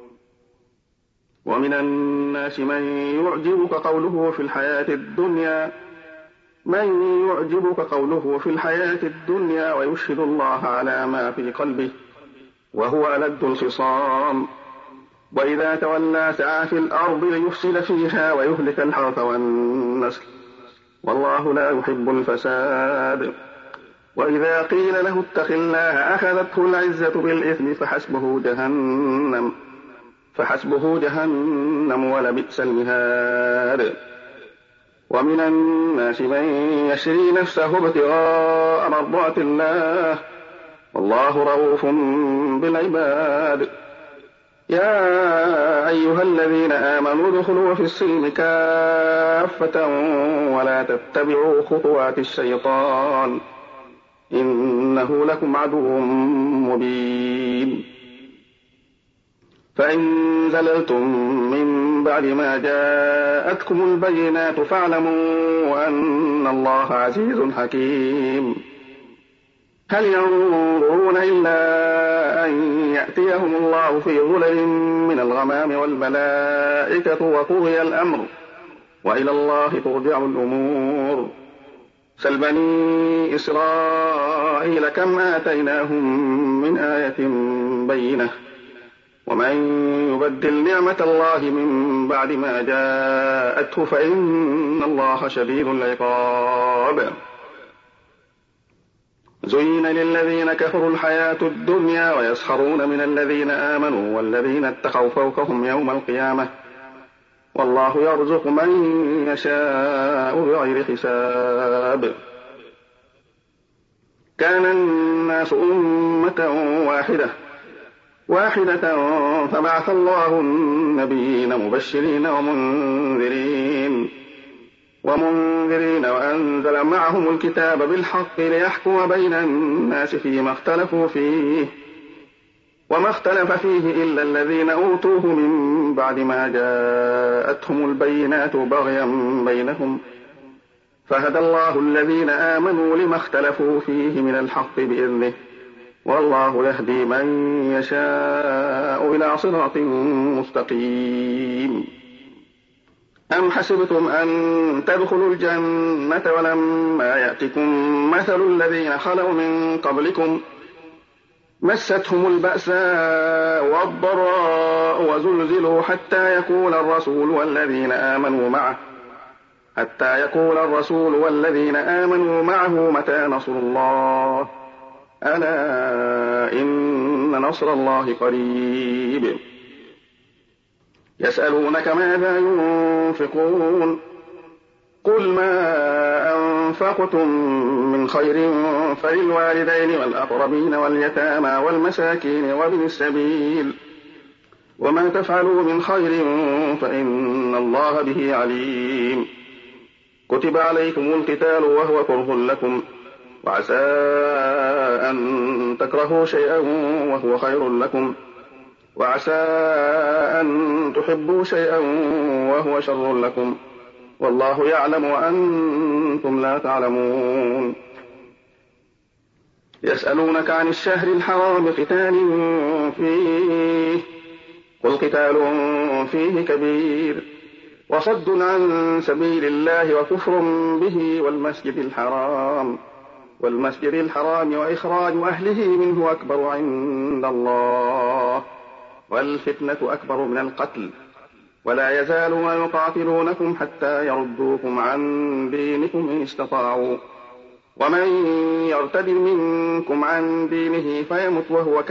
ومن الناس من يعجبك قوله في الحياة الدنيا ويشهد الله على ما في قلبه وهو ألد الخصام وإذا تولى سعى في الأرض ليفسد فيها ويهلك الحرث والنسل والله لا يحب الفساد. وإذا قيل له اتق الله أخذته العزة بالإثم فحسبه جهنم ولبئس المهاد. ومن الناس من يشري نفسه ابتغاء مرضات الله والله رؤوف بالعباد. يا أيها الذين آمنوا ادخلوا في السلم كافة ولا تتبعوا خطوات الشيطان إنه لكم عدو مبين. فإن زللتم من بعد ما جاءتكم البينات فاعلموا أن الله عزيز حكيم. هل ينظرون إلا أن يأتيهم الله في ظلل من الغمام والملائكة وقضي الأمر وإلى الله ترجع الأمور. سل بني إسرائيل كم آتيناهم من آية بينة ومن يبدل نعمة الله من بعد ما جاءته فإن الله شديد العقاب. زين للذين كفروا الحياة الدنيا ويسخرون من الذين آمنوا والذين اتقوا فوقهم يوم القيامة والله يرزق من يشاء بغير حساب. كان الناس أمة واحدة فبعث الله النبيين مبشرين ومنذرين وأنزل معهم الكتاب بالحق ليحكم بين الناس فيما اختلفوا فيه وما اختلف فيه إلا الذين أوتوه من بعد ما جاءتهم البينات بغيا بينهم فهدى الله الذين آمنوا لما اختلفوا فيه من الحق بإذنه والله يهدي من يشاء إلى صراط مستقيم. أم حسبتم أن تدخلوا الجنة ولما يأتكم مثل الذين خلوا من قبلكم مستهم البأساء والضراء وزلزلوا حتى يقول الرسول والذين آمنوا معه متى نصر الله ألا إن نصر الله قريب. يسألونك ماذا ينفقون قل ما أنفقتم من خير فللوالدين والأقربين واليتامى والمساكين وابن السبيل وما تفعلوا من خير فإن الله به عليم. كتب عليكم القتال وهو كره لكم وعسى أن تكرهوا شيئا وهو خير لكم وعسى أن تحبوا شيئا وهو شر لكم والله يعلم وأنتم لا تعلمون. يسألونك عن الشهر الحرام قتال فيه قل قتال فيه كبير وصد عن سبيل الله وكفر به والمسجد الحرام وإخراج أهله منه أكبر عند الله والفتنة أكبر من القتل ولا يزالون يقاتلونكم حتى يردوكم عن دينكم إن استطاعوا ومن يرتد منكم عن دينه فيمت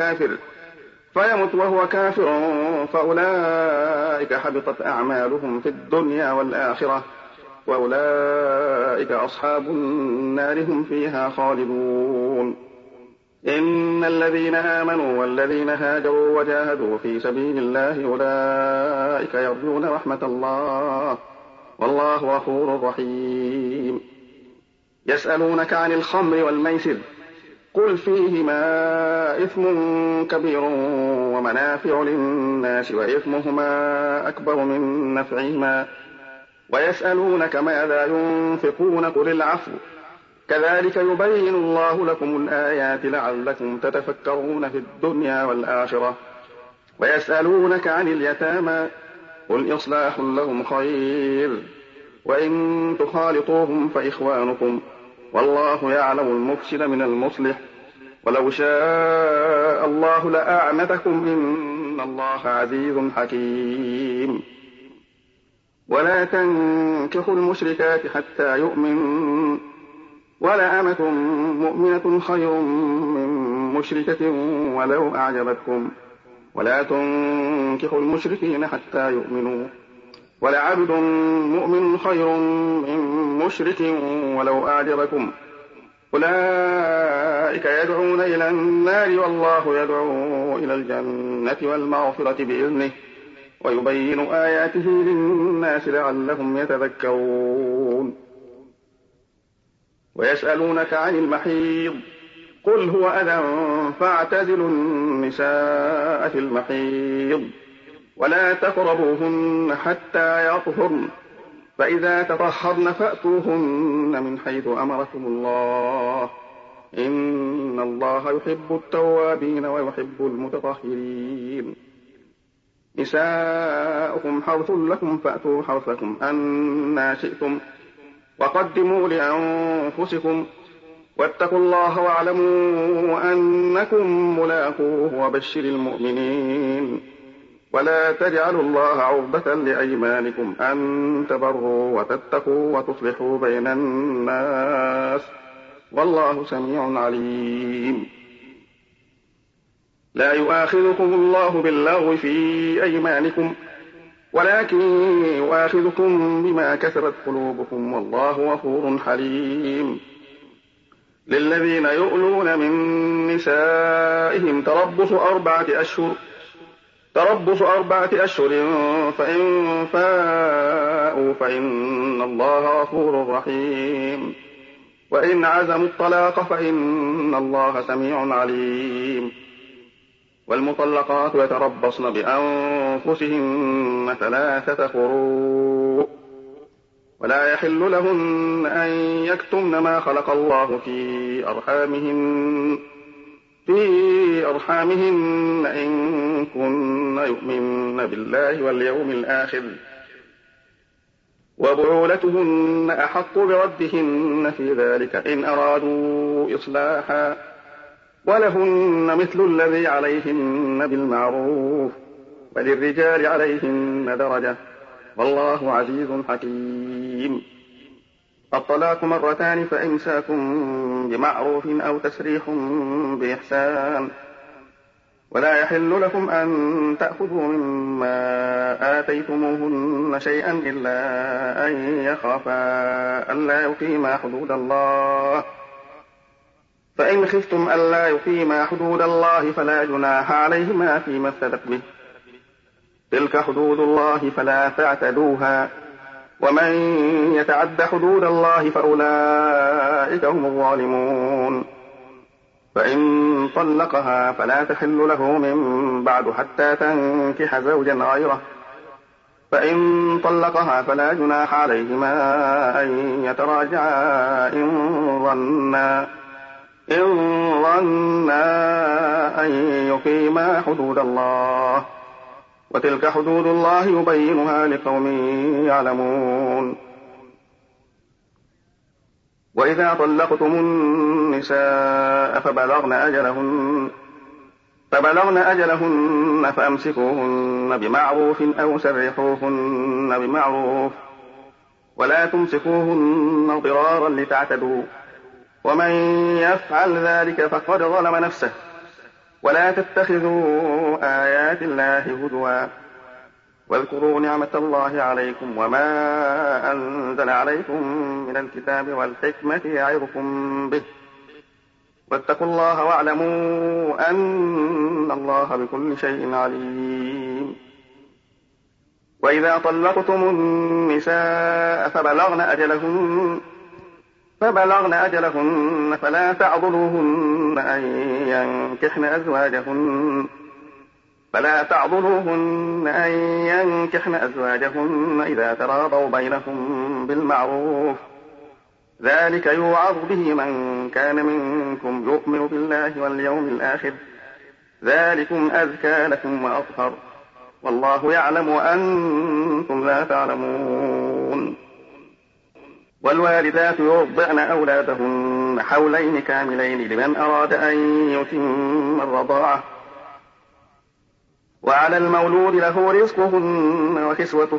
وهو كافر فأولئك حبطت أعمالهم في الدنيا والآخرة وأولئك أصحاب النار هم فيها خالدون. إن الذين آمنوا والذين هاجروا وجاهدوا في سبيل الله أولئك يرجون رحمة الله والله غفور رحيم. يسألونك عن الخمر والميسر قل فيهما إثم كبير ومنافع للناس وإثمهما أكبر من نفعهما ويسألونك ماذا ينفقون قل العفو كذلك يبين الله لكم الآيات لعلكم تتفكرون في الدنيا والآخرة. ويسألونك عن اليتامى قل إصلاح لهم خير وإن تخالطوهم فإخوانكم والله يعلم المفسد من المصلح ولو شاء الله لأعنتكم إن الله عزيز حكيم. ولا تنكحوا المشركات حتى يؤمنوا ولأمة مؤمنة خير من مشركة ولو أعجبتكم ولا تنكحوا المشركين حتى يؤمنوا ولعبد مؤمن خير من مشرك ولو أعجبكم أولئك يدعون إلى النار والله يدعو إلى الجنة والمغفرة بإذنه ويبين آياته للناس لعلهم يتذكرون ويسألونك عن المحيض قل هو أذى فاعتزلوا النساء في المحيض ولا تقربوهن حتى يطهرن فإذا تطهرن فأتوهن من حيث أمركم الله إن الله يحب التوابين ويحب المتطهرين نساؤكم حرث لكم فأتوا حرثكم أنى شئتم وقدموا لأنفسكم واتقوا الله واعلموا أنكم ملاقوه وبشر المؤمنين ولا تجعلوا الله عرضة لأيمانكم أن تبروا وتتقوا وتصلحوا بين الناس والله سميع عليم لا يؤاخذكم الله باللغو في أيمانكم ولكن يؤاخذكم بما كسبت قلوبكم والله غفور حليم للذين يؤلون من نسائهم تربص 4 أشهر فإن فاءوا فإن الله غفور رحيم وإن عزموا الطلاق فإن الله سميع عليم والمطلقات يتربصن بأنفسهن 3 قروء ولا يحل لهن أن يكتمن ما خلق الله في أرحامهن إن كن يؤمن بالله واليوم الآخر وبعولتهن أحق بردهن في ذلك إن أرادوا إصلاحا ولهن مثل الذي عليهن بالمعروف وللرجال عليهن درجة والله عزيز حكيم الطلاق 2 فإمساك بمعروف أو تسريح بإحسان ولا يحل لكم أن تأخذوا مما آتيتموهن شيئا إلا أن يخافا ألا يقيما حدود الله فإن خفتم ألا يقيما حدود الله فلا جناح عليهما فيما افتدت به تلك حدود الله فلا تعتدوها ومن يتعد حدود الله فأولئك هم الظالمون فإن طلقها فلا تحل له من بعد حتى تنكح زوجا غيره فإن طلقها فلا جناح عليهما أن يتراجعا إن ظنا أن يقيما حدود الله وتلك حدود الله يبينها لقوم يعلمون وإذا طلقتم النساء فبلغن أجلهن فأمسكوهن بمعروف أو سرحوهن بمعروف ولا تمسكوهن ضرارا لتعتدوا ومن يفعل ذلك فقد ظلم نفسه ولا تتخذوا آيات الله هزوا واذكروا نعمة الله عليكم وما أنزل عليكم من الكتاب والحكمة يعظكم به واتقوا الله واعلموا أن الله بكل شيء عليم وإذا طلقتم النساء فبلغن أجلهن فلا تعضلوهن أن ينكحن أزواجهن إذا تراضوا بينهم بالمعروف ذلك يوعظ به من كان منكم يؤمن بالله واليوم الآخر ذلكم أزكى لكم وأطهر والله يعلم وأنتم لا تعلمون والوالدات يرضعن أولادهن حولين كاملين لمن أراد أن يتم الرضاعة وعلى المولود له رزقهن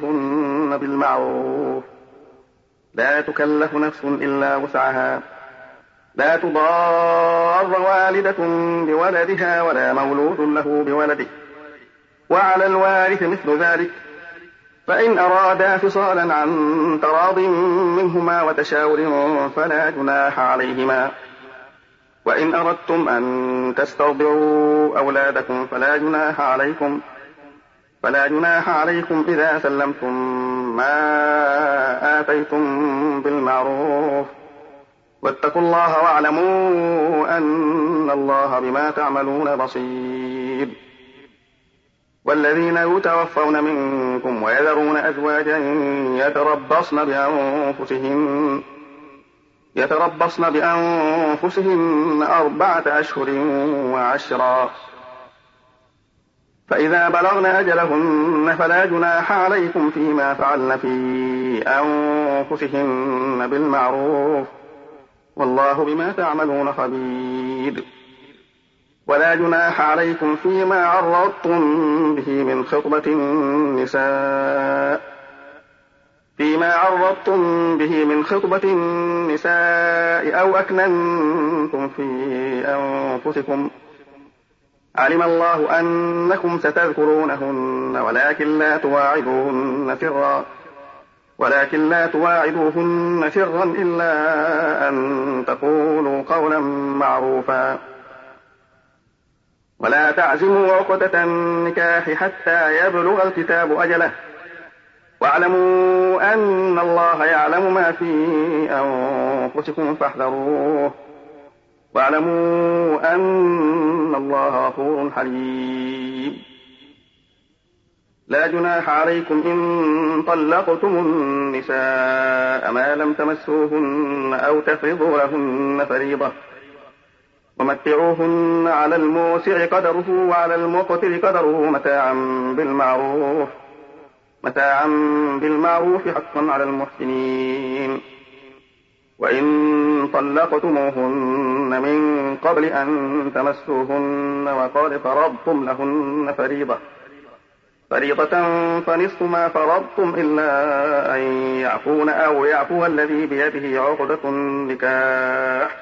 وكسوتهن بالمعروف لا تكلف نفس إلا وسعها لا تضار والدة بولدها ولا مولود له بولده، وعلى الوارث مثل ذلك، فإن أرادا فصالا عن تراض منهما وتشاور فلا جناح عليهما. وإن أردتم أن تسترضعوا أولادكم فلا جناح عليكم إذا سلمتم ما آتيتم بالمعروف، واتقوا الله واعلموا أن الله بما تعملون بصير. والذين يتوفون منكم ويذرون أزواجا يتربصن بأنفسهن 4 أشهر و10، فإذا بلغن أجلهن فلا جناح عليكم فيما فعلن في أنفسهن بالمعروف، والله بما تعملون خبير. ولا جناح عليكم فيما عرضتم به من خطبة النساء أو أكننتم في أنفسكم، علم الله أنكم ستذكرونهن ولكن لا تواعدوهن سرا إلا أن تقولوا قولا معروفا. ولا تعزموا عقدة النكاح حتى يبلغ الكتاب أجله، واعلموا أن الله يعلم ما في أنفسكم فاحذروه، واعلموا أن الله غفور حليم. لا جناح عليكم إن طلقتم النساء ما لم تمسوهن أو تفرضوا لهن فريضة، ومتعوهن على الموسع قدره وعلى المقتر قدره متاعا بالمعروف حقا على المحسنين. وإن طلقتموهن من قبل أن تمسوهن وقد فرضتم لهن فريضة فنصف ما فرضتم إلا أن يعفون أو يعفو الذي بيده عقدة النكاح،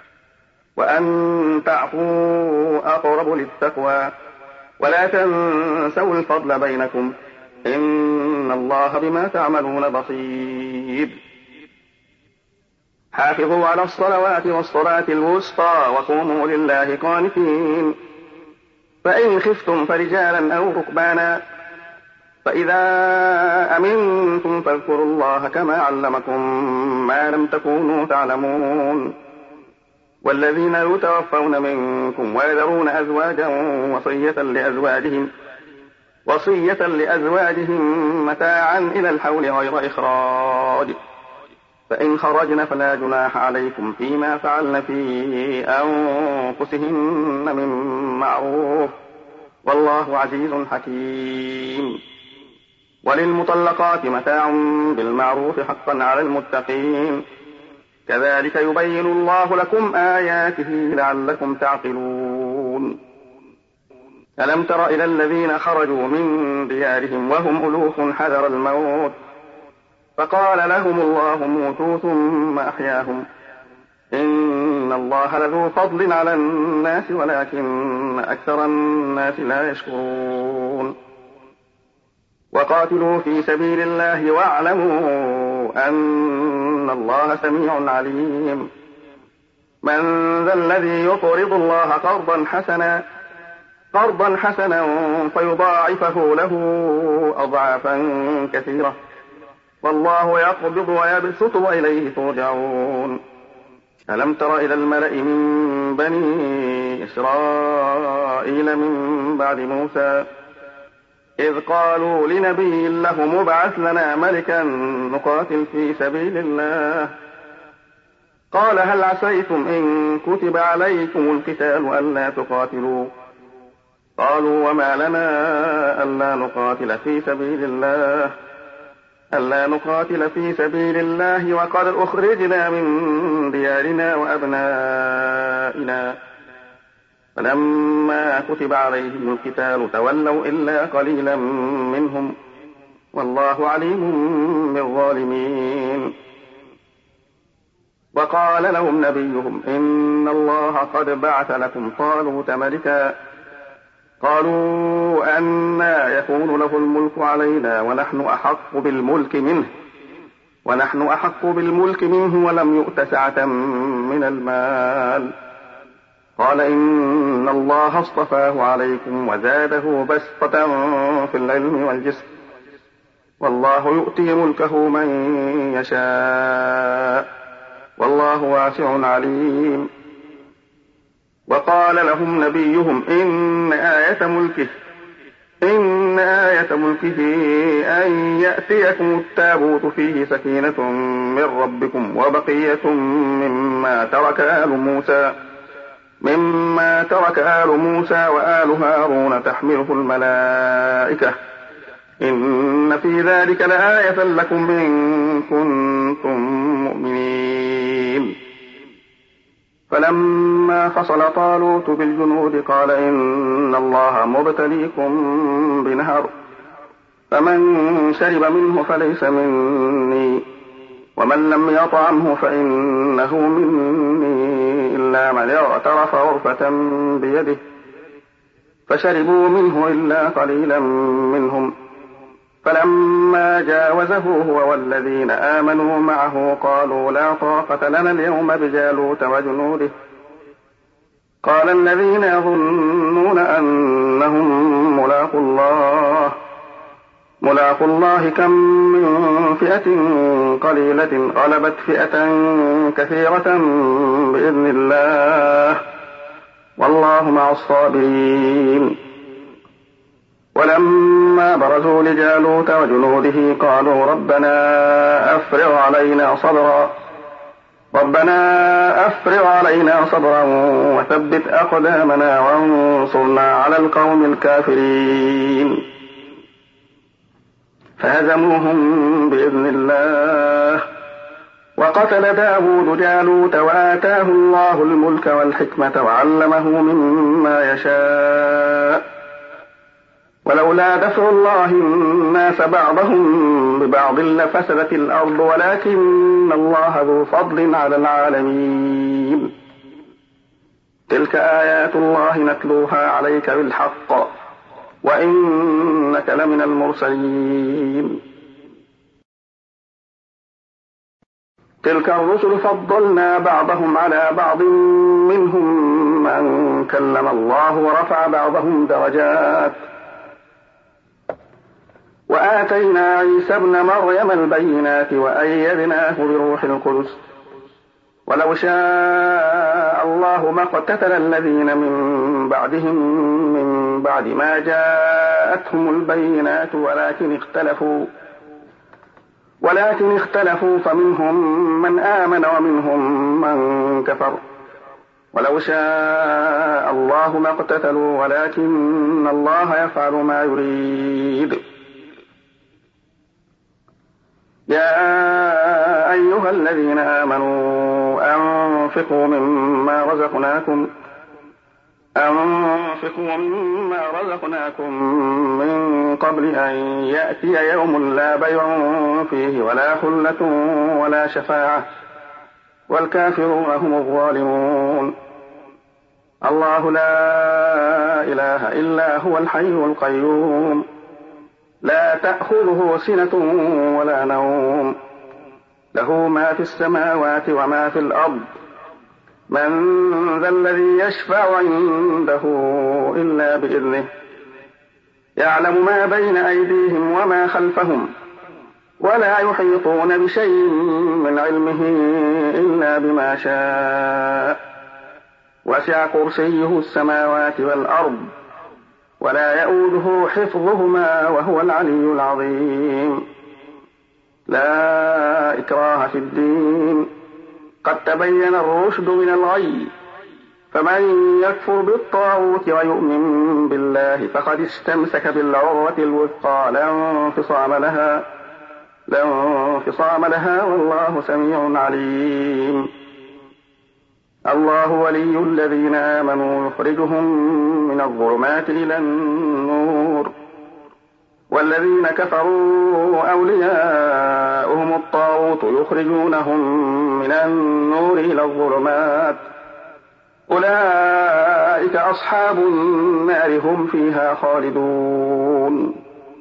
وأن تعفوا أقرب للتقوى، ولا تنسوا الفضل بينكم، إن الله بما تعملون بصير. حافظوا على الصلوات والصلاة الوسطى وقوموا لله قانتين. فإن خفتم فرجالا أو ركبانا، فإذا أمنتم فاذكروا الله كما علمكم ما لم تكونوا تعلمون. والذين يتوفون منكم ويذرون أزواجا وصية لأزواجهم متاعا إلى الحول غير إخراج، فإن خرجن فلا جناح عليكم فيما فعلن في أنفسهن من معروف، والله عزيز حكيم. وللمطلقات متاع بالمعروف حقا على المتقين، كذلك يبين الله لكم آياته لعلكم تعقلون. ألم تر إلى الذين خرجوا من ديارهم وهم ألوف حذر الموت، فقال لهم الله موتوا ثم أحياهم، إن الله لذو فضل على الناس ولكن أكثر الناس لا يشكرون. وقاتلوا في سبيل الله واعلموا أن الله سميع عليم. من ذا الذي يقرض الله قرضا حسنا فيضاعفه له أضعافا كثيرة، والله يقبض ويبسط وإليه ترجعون. ألم تر إلى الملأ من بني إسرائيل من بعد موسى إذ قالوا لنبي له مبعث لنا ملكا نقاتل في سبيل الله، قال هل عسيتم إن كتب عليكم القتال ألا تقاتلوا؟ قالوا وما لنا ألا نقاتل في سبيل الله وقد أخرجنا من ديارنا وأبنائنا، فلما كتب عليهم القتال تولوا إلا قليلا منهم، والله عليم بالظالمين. وقال لهم نبيهم إن الله قد بعث لكم طالوت ملكا. قالوا أنى يكون له الملك علينا ونحن أحق بالملك منه ولم يؤت سعة من المال. قال إن الله اصطفاه عليكم وزاده بسطة في العلم والجسم والله يؤتي ملكه من يشاء والله واسع عليم. وقال لهم نبيهم إن آية ملكه أن يأتيكم التابوت فيه سكينة من ربكم وبقية مما ترك آل موسى وآل هارون تحمله الملائكة إن في ذلك لآية لكم إن كنتم مؤمنين. فلما فصل طالوت بالجنود قال إن الله مبتليكم بنهر فمن شرب منه فليس مني ومن لم يطعمه فإنه مني إلا من اغترف غرفة بيده فشربوا منه إلا قليلا منهم. فلما جاوزه هو والذين آمنوا معه قالوا لا طاقة لنا اليوم بجالوت وجنوده. قال الذين يظنون أنهم ملاقوا الله كم من فئة قليلة غلبت فئة كثيرة بإذن الله والله مع الصابرين. ولما برزوا لجالوت وجنوده قالوا ربنا أفرغ علينا صبرا وثبت أقدامنا وانصرنا على القوم الكافرين. فهزموهم بإذن الله وقتل داود جالوت وآتاه الله الملك والحكمة وعلمه مما يشاء ولولا دفع الله الناس بعضهم ببعض لفسدت الأرض ولكن الله ذو فضل على العالمين. تلك آيات الله نتلوها عليك بالحق وإنك لمن المرسلين. تلك الرسل فضلنا بعضهم على بعض منهم من كلم الله ورفع بعضهم درجات وآتينا عيسى ابن مريم البينات وأيدناه بروح القدس ولو شاء الله ما اقتتل الذين من بعدهم من بعد ما جاءتهم البينات ولكن اختلفوا فمنهم من آمن ومنهم من كفر ولو شاء الله ما اقتتلوا ولكن الله يفعل ما يريد. يا أيها الذين آمنوا أنفقوا مما رزقناكم من قبل أن يأتي يوم لا بيع فيه ولا خلة ولا شفاعة والكافرون هم الظالمون. الله لا إله إلا هو الحي القيوم لا تأخذه سنة ولا نوم له ما في السماوات وما في الأرض من ذا الذي يشفع عنده إلا بإذنه يعلم ما بين أيديهم وما خلفهم ولا يحيطون بشيء من علمه إلا بما شاء وسع كرسيه السماوات والأرض ولا يؤوده حفظهما وهو العلي العظيم. لا إكراه في الدين قد تبين الرشد من الغي فمن يكفر بالطاغوت ويؤمن بالله فقد استمسك بالعروة الوثقى لا انفصام لها والله سميع عليم. الله ولي الذين آمنوا يخرجهم من الظلمات إلى النور والذين كفروا أولياؤهم الطاغوت يخرجونهم من النور إلى الظلمات أولئك أصحاب النار هم فيها خالدون.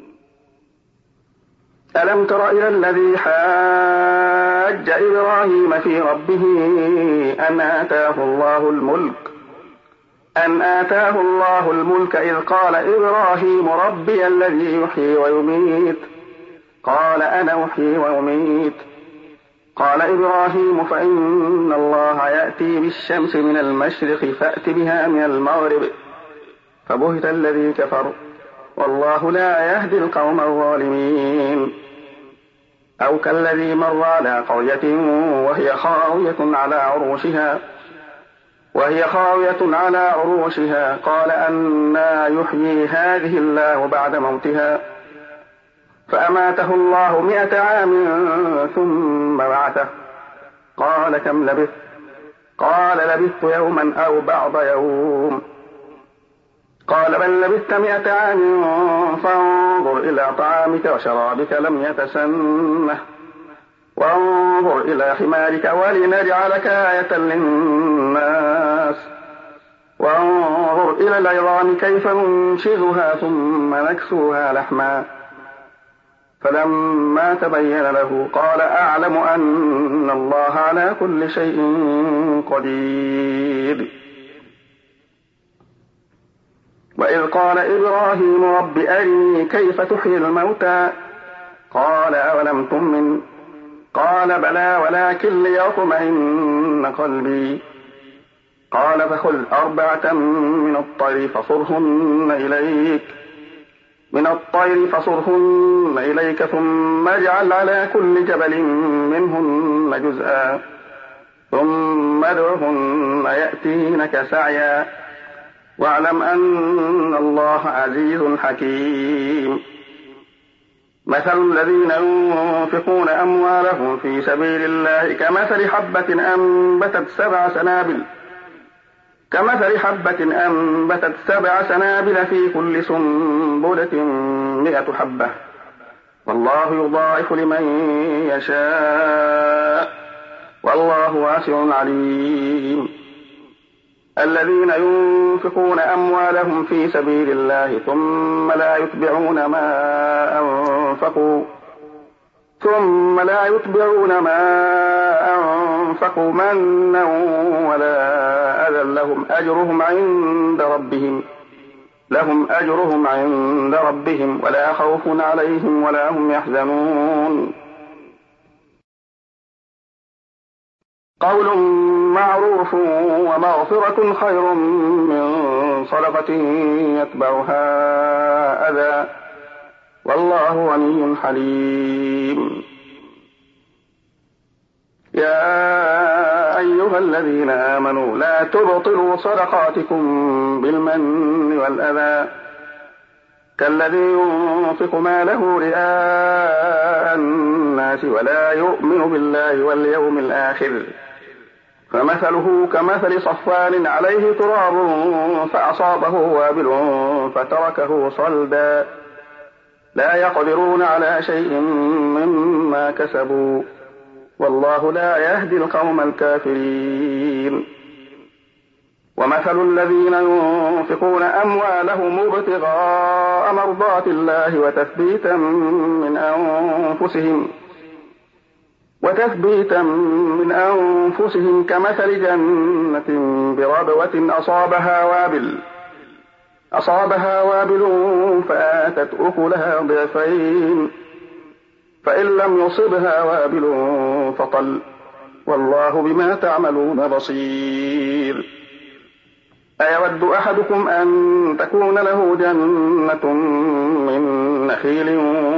ألم تر إلى الذي حاج إبراهيم في ربه أن آتاه الله الملك إذ قال إبراهيم ربي الذي يحيي ويميت قال أنا أحيي وأميت قال إبراهيم فإن الله يأتي بالشمس من المشرق فأت بها من المغرب فبهت الذي كفر والله لا يهدي القوم الظالمين. أو كالذي مر على قرية وهي خاوية على عروشها قال أنى يحيي هذه الله بعد موتها فأماته الله 100 عام ثم بعثه قال كم لبثت قال لبثت يوما أو بعض يوم قال بل لبثت 100 عام فانظر إلى طعامك وشرابك لم يتسنه وانظر إلى حمارك ولنجعلك آية للناس وانظر إلى العظام كيف ننشزها ثم نكسوها لحما فلما تبين له قال أعلم أن الله على كل شيء قدير. وإذ قال إبراهيم رب أرني كيف تحيي الموتى قال أولم تؤمن قال بلى ولكن ليطمئن قلبي قال فخذ 4 من الطير فصرهن إليك ثم اجعل على كل جبل منهن جزءا ثم ادعهن يأتينك سعيا واعلم أن الله عزيز حكيم. مثل الذين ينفقون أموالهم في سبيل الله كمثل حبة أنبتت 7 سنابل في كل سنبلة 100 حبة والله يضاعف لمن يشاء والله واسع عليم. الذين ينفقون أموالهم في سبيل الله ثم لا يتبعون ما أنفقوا منا ولا أذى لهم أجرهم عند ربهم ولا خوف عليهم ولا هم يحزنون. قول معروف ومغفرة خير من صدقة يتبعها أذى والله غني حليم. يا أيها الذين آمنوا لا تبطلوا صدقاتكم بالمن والأذى كالذي ينفق ماله رئاء الناس ولا يؤمن بالله واليوم الآخر فمثله كمثل صفوان عليه تراب فأصابه وابل فتركه صلدا لا يقدرون على شيء مما كسبوا والله لا يهدي القوم الكافرين. ومثل الذين ينفقون أموالهم ابتغاء مرضات الله وتثبيتا من أنفسهم كمثل جنة بربوة أصابها وابل فآتت أكلها ضعفين فإن لم يصبها وابل فطل والله بما تعملون بصير. أيود أحدكم أن تكون له جنة من نخيل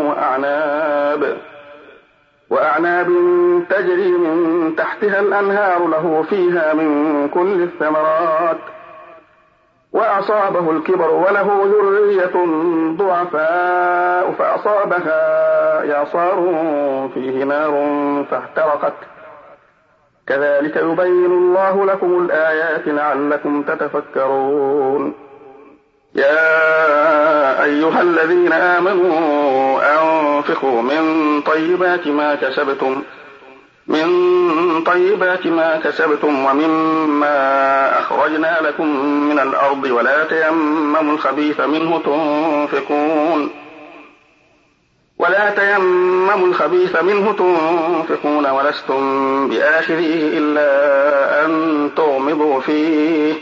وأعناب تجري من تحتها الأنهار له فيها من كل الثمرات وأصابه الكبر وله ذرية ضعفاء فأصابها إعصار فيه نار فاحترقت كذلك يبين الله لكم الآيات لعلكم تتفكرون. يا أيها الذين آمنوا أنفقوا من طيبات ما كسبتم ومما أخرجنا لكم من الأرض ولا تيمموا الخبيث منه تنفقون ولستم بآخذيه إلا أن تغمضوا فيه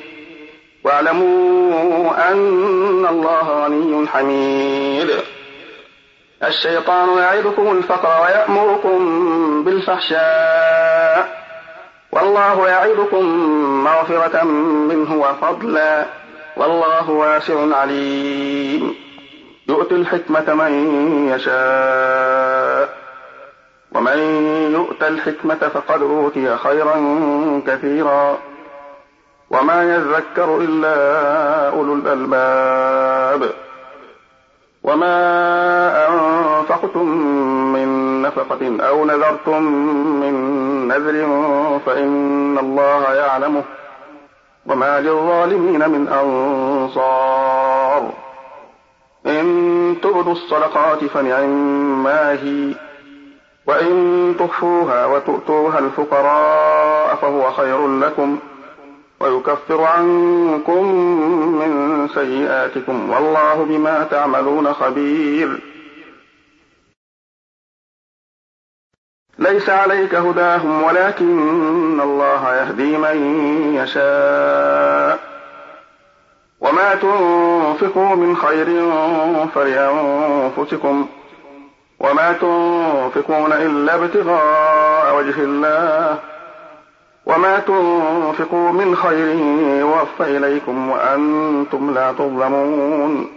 واعلموا أن الله غني حميد. الشيطان يعدكم الفقر ويأمركم بالفحشاء والله يعدكم مغفرة منه وفضلا والله واسع عليم. يؤتي الحكمة من يشاء ومن يؤت الحكمة فقد أوتي خيرا كثيرا وما يذكر إلا أولو الألباب. وما أنفقتم من نفقة أو نذرتم من نذر فإن الله يعلمه وما للظالمين من أنصار. إن تبدوا الصدقات فنعما هي وإن تخفوها وتؤتوها الفقراء فهو خير لكم ويكفر عنكم من سيئاتكم والله بما تعملون خبير. ليس عليك هداهم ولكن الله يهدي من يشاء وما تنفقوا من خير فلأنفسكم وما تنفقون إلا ابتغاء وجه الله وما تنفقوا من خير يوفى إليكم وأنتم لا تظلمون.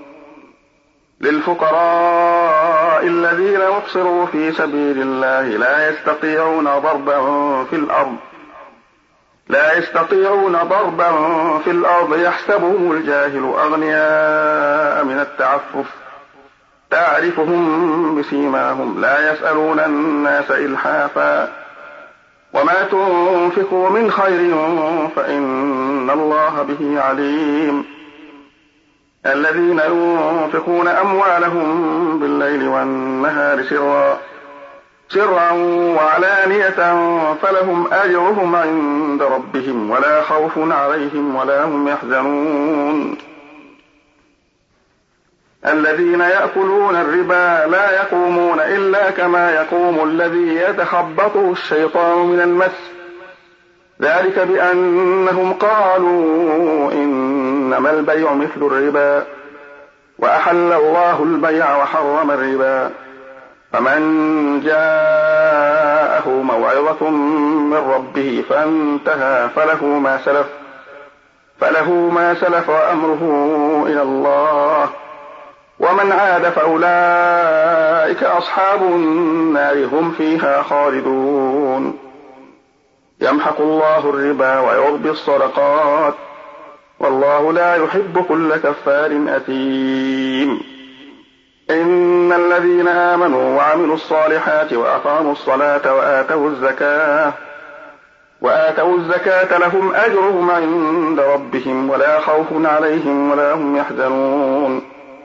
للفقراء الذين يحصروا في سبيل الله لا يستطيعون ضربا في الأرض يحسبهم الجاهل أغنياء من التعفف تعرفهم بسيماهم لا يسألون الناس إلحافا وما تنفقوا من خير فإن الله به عليم. الذين ينفقون أموالهم بالليل والنهار سرا وعلانية فلهم أجرهم عند ربهم ولا خوف عليهم ولا هم يحزنون. الذين يأكلون الربا لا يقومون إلا كما يقوم الذي يتخبطه الشيطان من المس ذلك بأنهم قالوا إنما البيع مثل الربا وأحل الله البيع وحرم الربا. فمن جاءه موعظة من ربه فانتهى فله ما سلف وأمره إلى الله ومن عاد فأولئك أصحاب النار هم فيها خالدون. يمحق الله الربا ويربي الصدقات والله لا يحب كل كفار أثيم. إن الذين آمنوا وعملوا الصالحات وأقاموا الصلاة وآتوا الزكاة لهم أجرهم عند ربهم ولا خوف عليهم ولا هم يحزنون.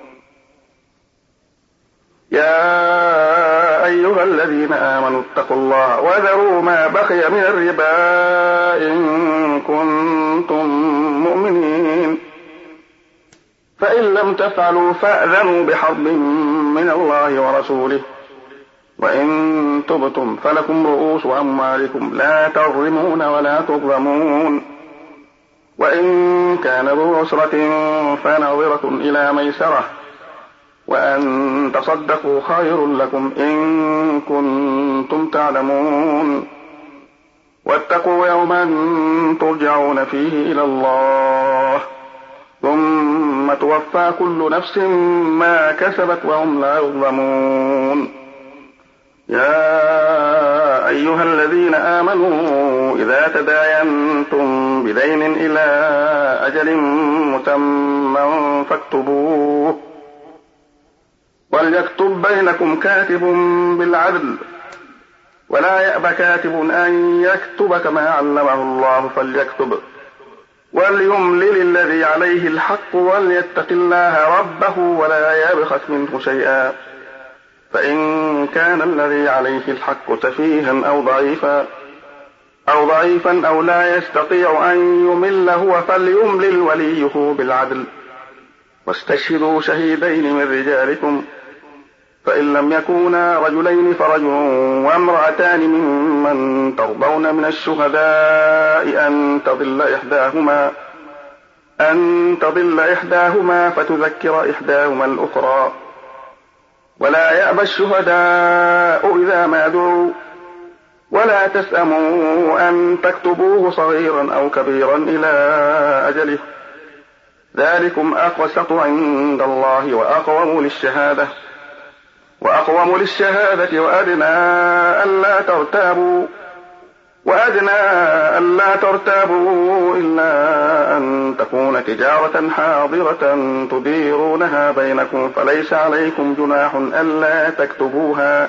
يا أيها الذين آمنوا اتقوا الله وذروا ما بقي من الربا إن كنتم مؤمنين فإن لم تفعلوا فأذنوا بحرب من الله ورسوله وإن تبتم فلكم رؤوس أموالكم لا تظلمون ولا تظلمون. وإن كان ذو عسرة فنظرة إلى ميسرة وأن تصدقوا خير لكم إن كنتم تعلمون. واتقوا يوما ترجعون فيه إلى الله ثم توفى كل نفس ما كسبت وهم لا يظلمون. يا أيها الذين آمنوا إذا تداينتم بدين إلى أجل مسمى فاكتبوه وليكتب بينكم كاتب بالعدل ولا يأب كاتب أن يكتب كما علمه الله فليكتب وليملل الذي عليه الحق وليتق الله ربه ولا يبخس منه شيئا، فإن كان الذي عليه الحق سفيها أو ضعيفا أو لا يستطيع أن يمل هو فليملل وليه بالعدل، واستشهدوا شهيدين من رجالكم، فإن لم يكونا رجلين فرجل وامرأتان ممن ترضون من الشهداء أن تضل إحداهما فتذكر إحداهما الأخرى، ولا يأبى الشهداء إذا ما دعوا، ولا تسأموا أن تكتبوه صغيرا أو كبيرا إلى أجله، ذلكم أقسط عند الله وأقوم للشهادة وأدنى ألا ترتابوا إلا أن تكون تجارة حاضرة تديرونها بينكم فليس عليكم جناح ألا تكتبوها،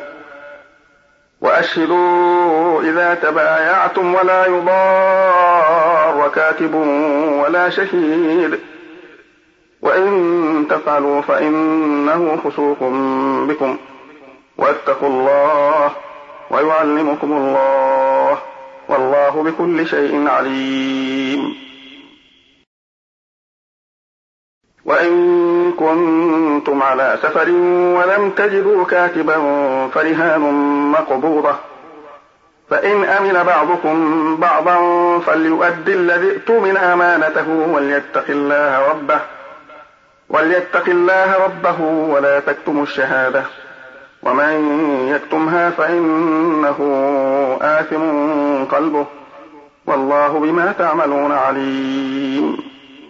وأشهدوا إذا تبايعتم ولا يضار كاتب ولا شهيد، وإن تفعلوا فإنه فسوق بكم، واتقوا الله ويعلمكم الله، والله بكل شيء عليم. وإن كنتم على سفر ولم تجدوا كاتبا فرهان مقبوضة، فإن أمن بعضكم بعضا فليؤدي الذي ائتمن أمانته وليتق الله ربه ولا تكتموا الشهادة، ومن يكتمها فإنه آثم قلبه، والله بما تعملون عليم.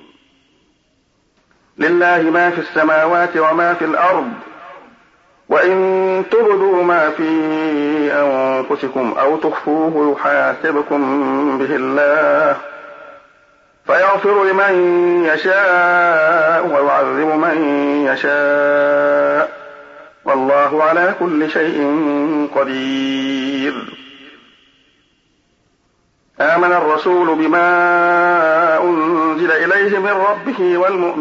لله ما في السماوات وما في الأرض، وإن تبدوا ما في أنفسكم أو تخفوه يحاسبكم به الله، فيغفر لمن يشاء ويعذب من يشاء، والله على كل شيء قدير. آمن الرسول بما أنزل إليه من ربه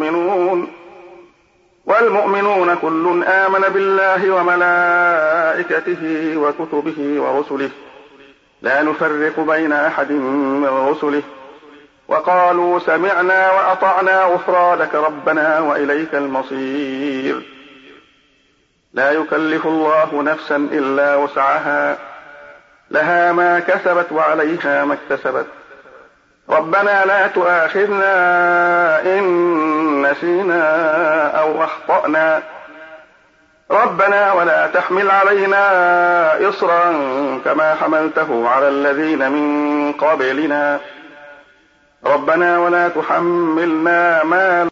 والمؤمنون كل آمن بالله وملائكته وكتبه ورسله لا نفرق بين أحد من رسله، وقالوا سمعنا وأطعنا غفرانك ربنا وإليك المصير. لا يكلف الله نفسا إلا وسعها، لها ما كسبت وعليها ما اكتسبت، ربنا لا تؤاخذنا إن نسينا أو أخطأنا، ربنا ولا تحمل علينا إصرا كما حملته على الذين من قبلنا، ربنا ولا تحملنا ما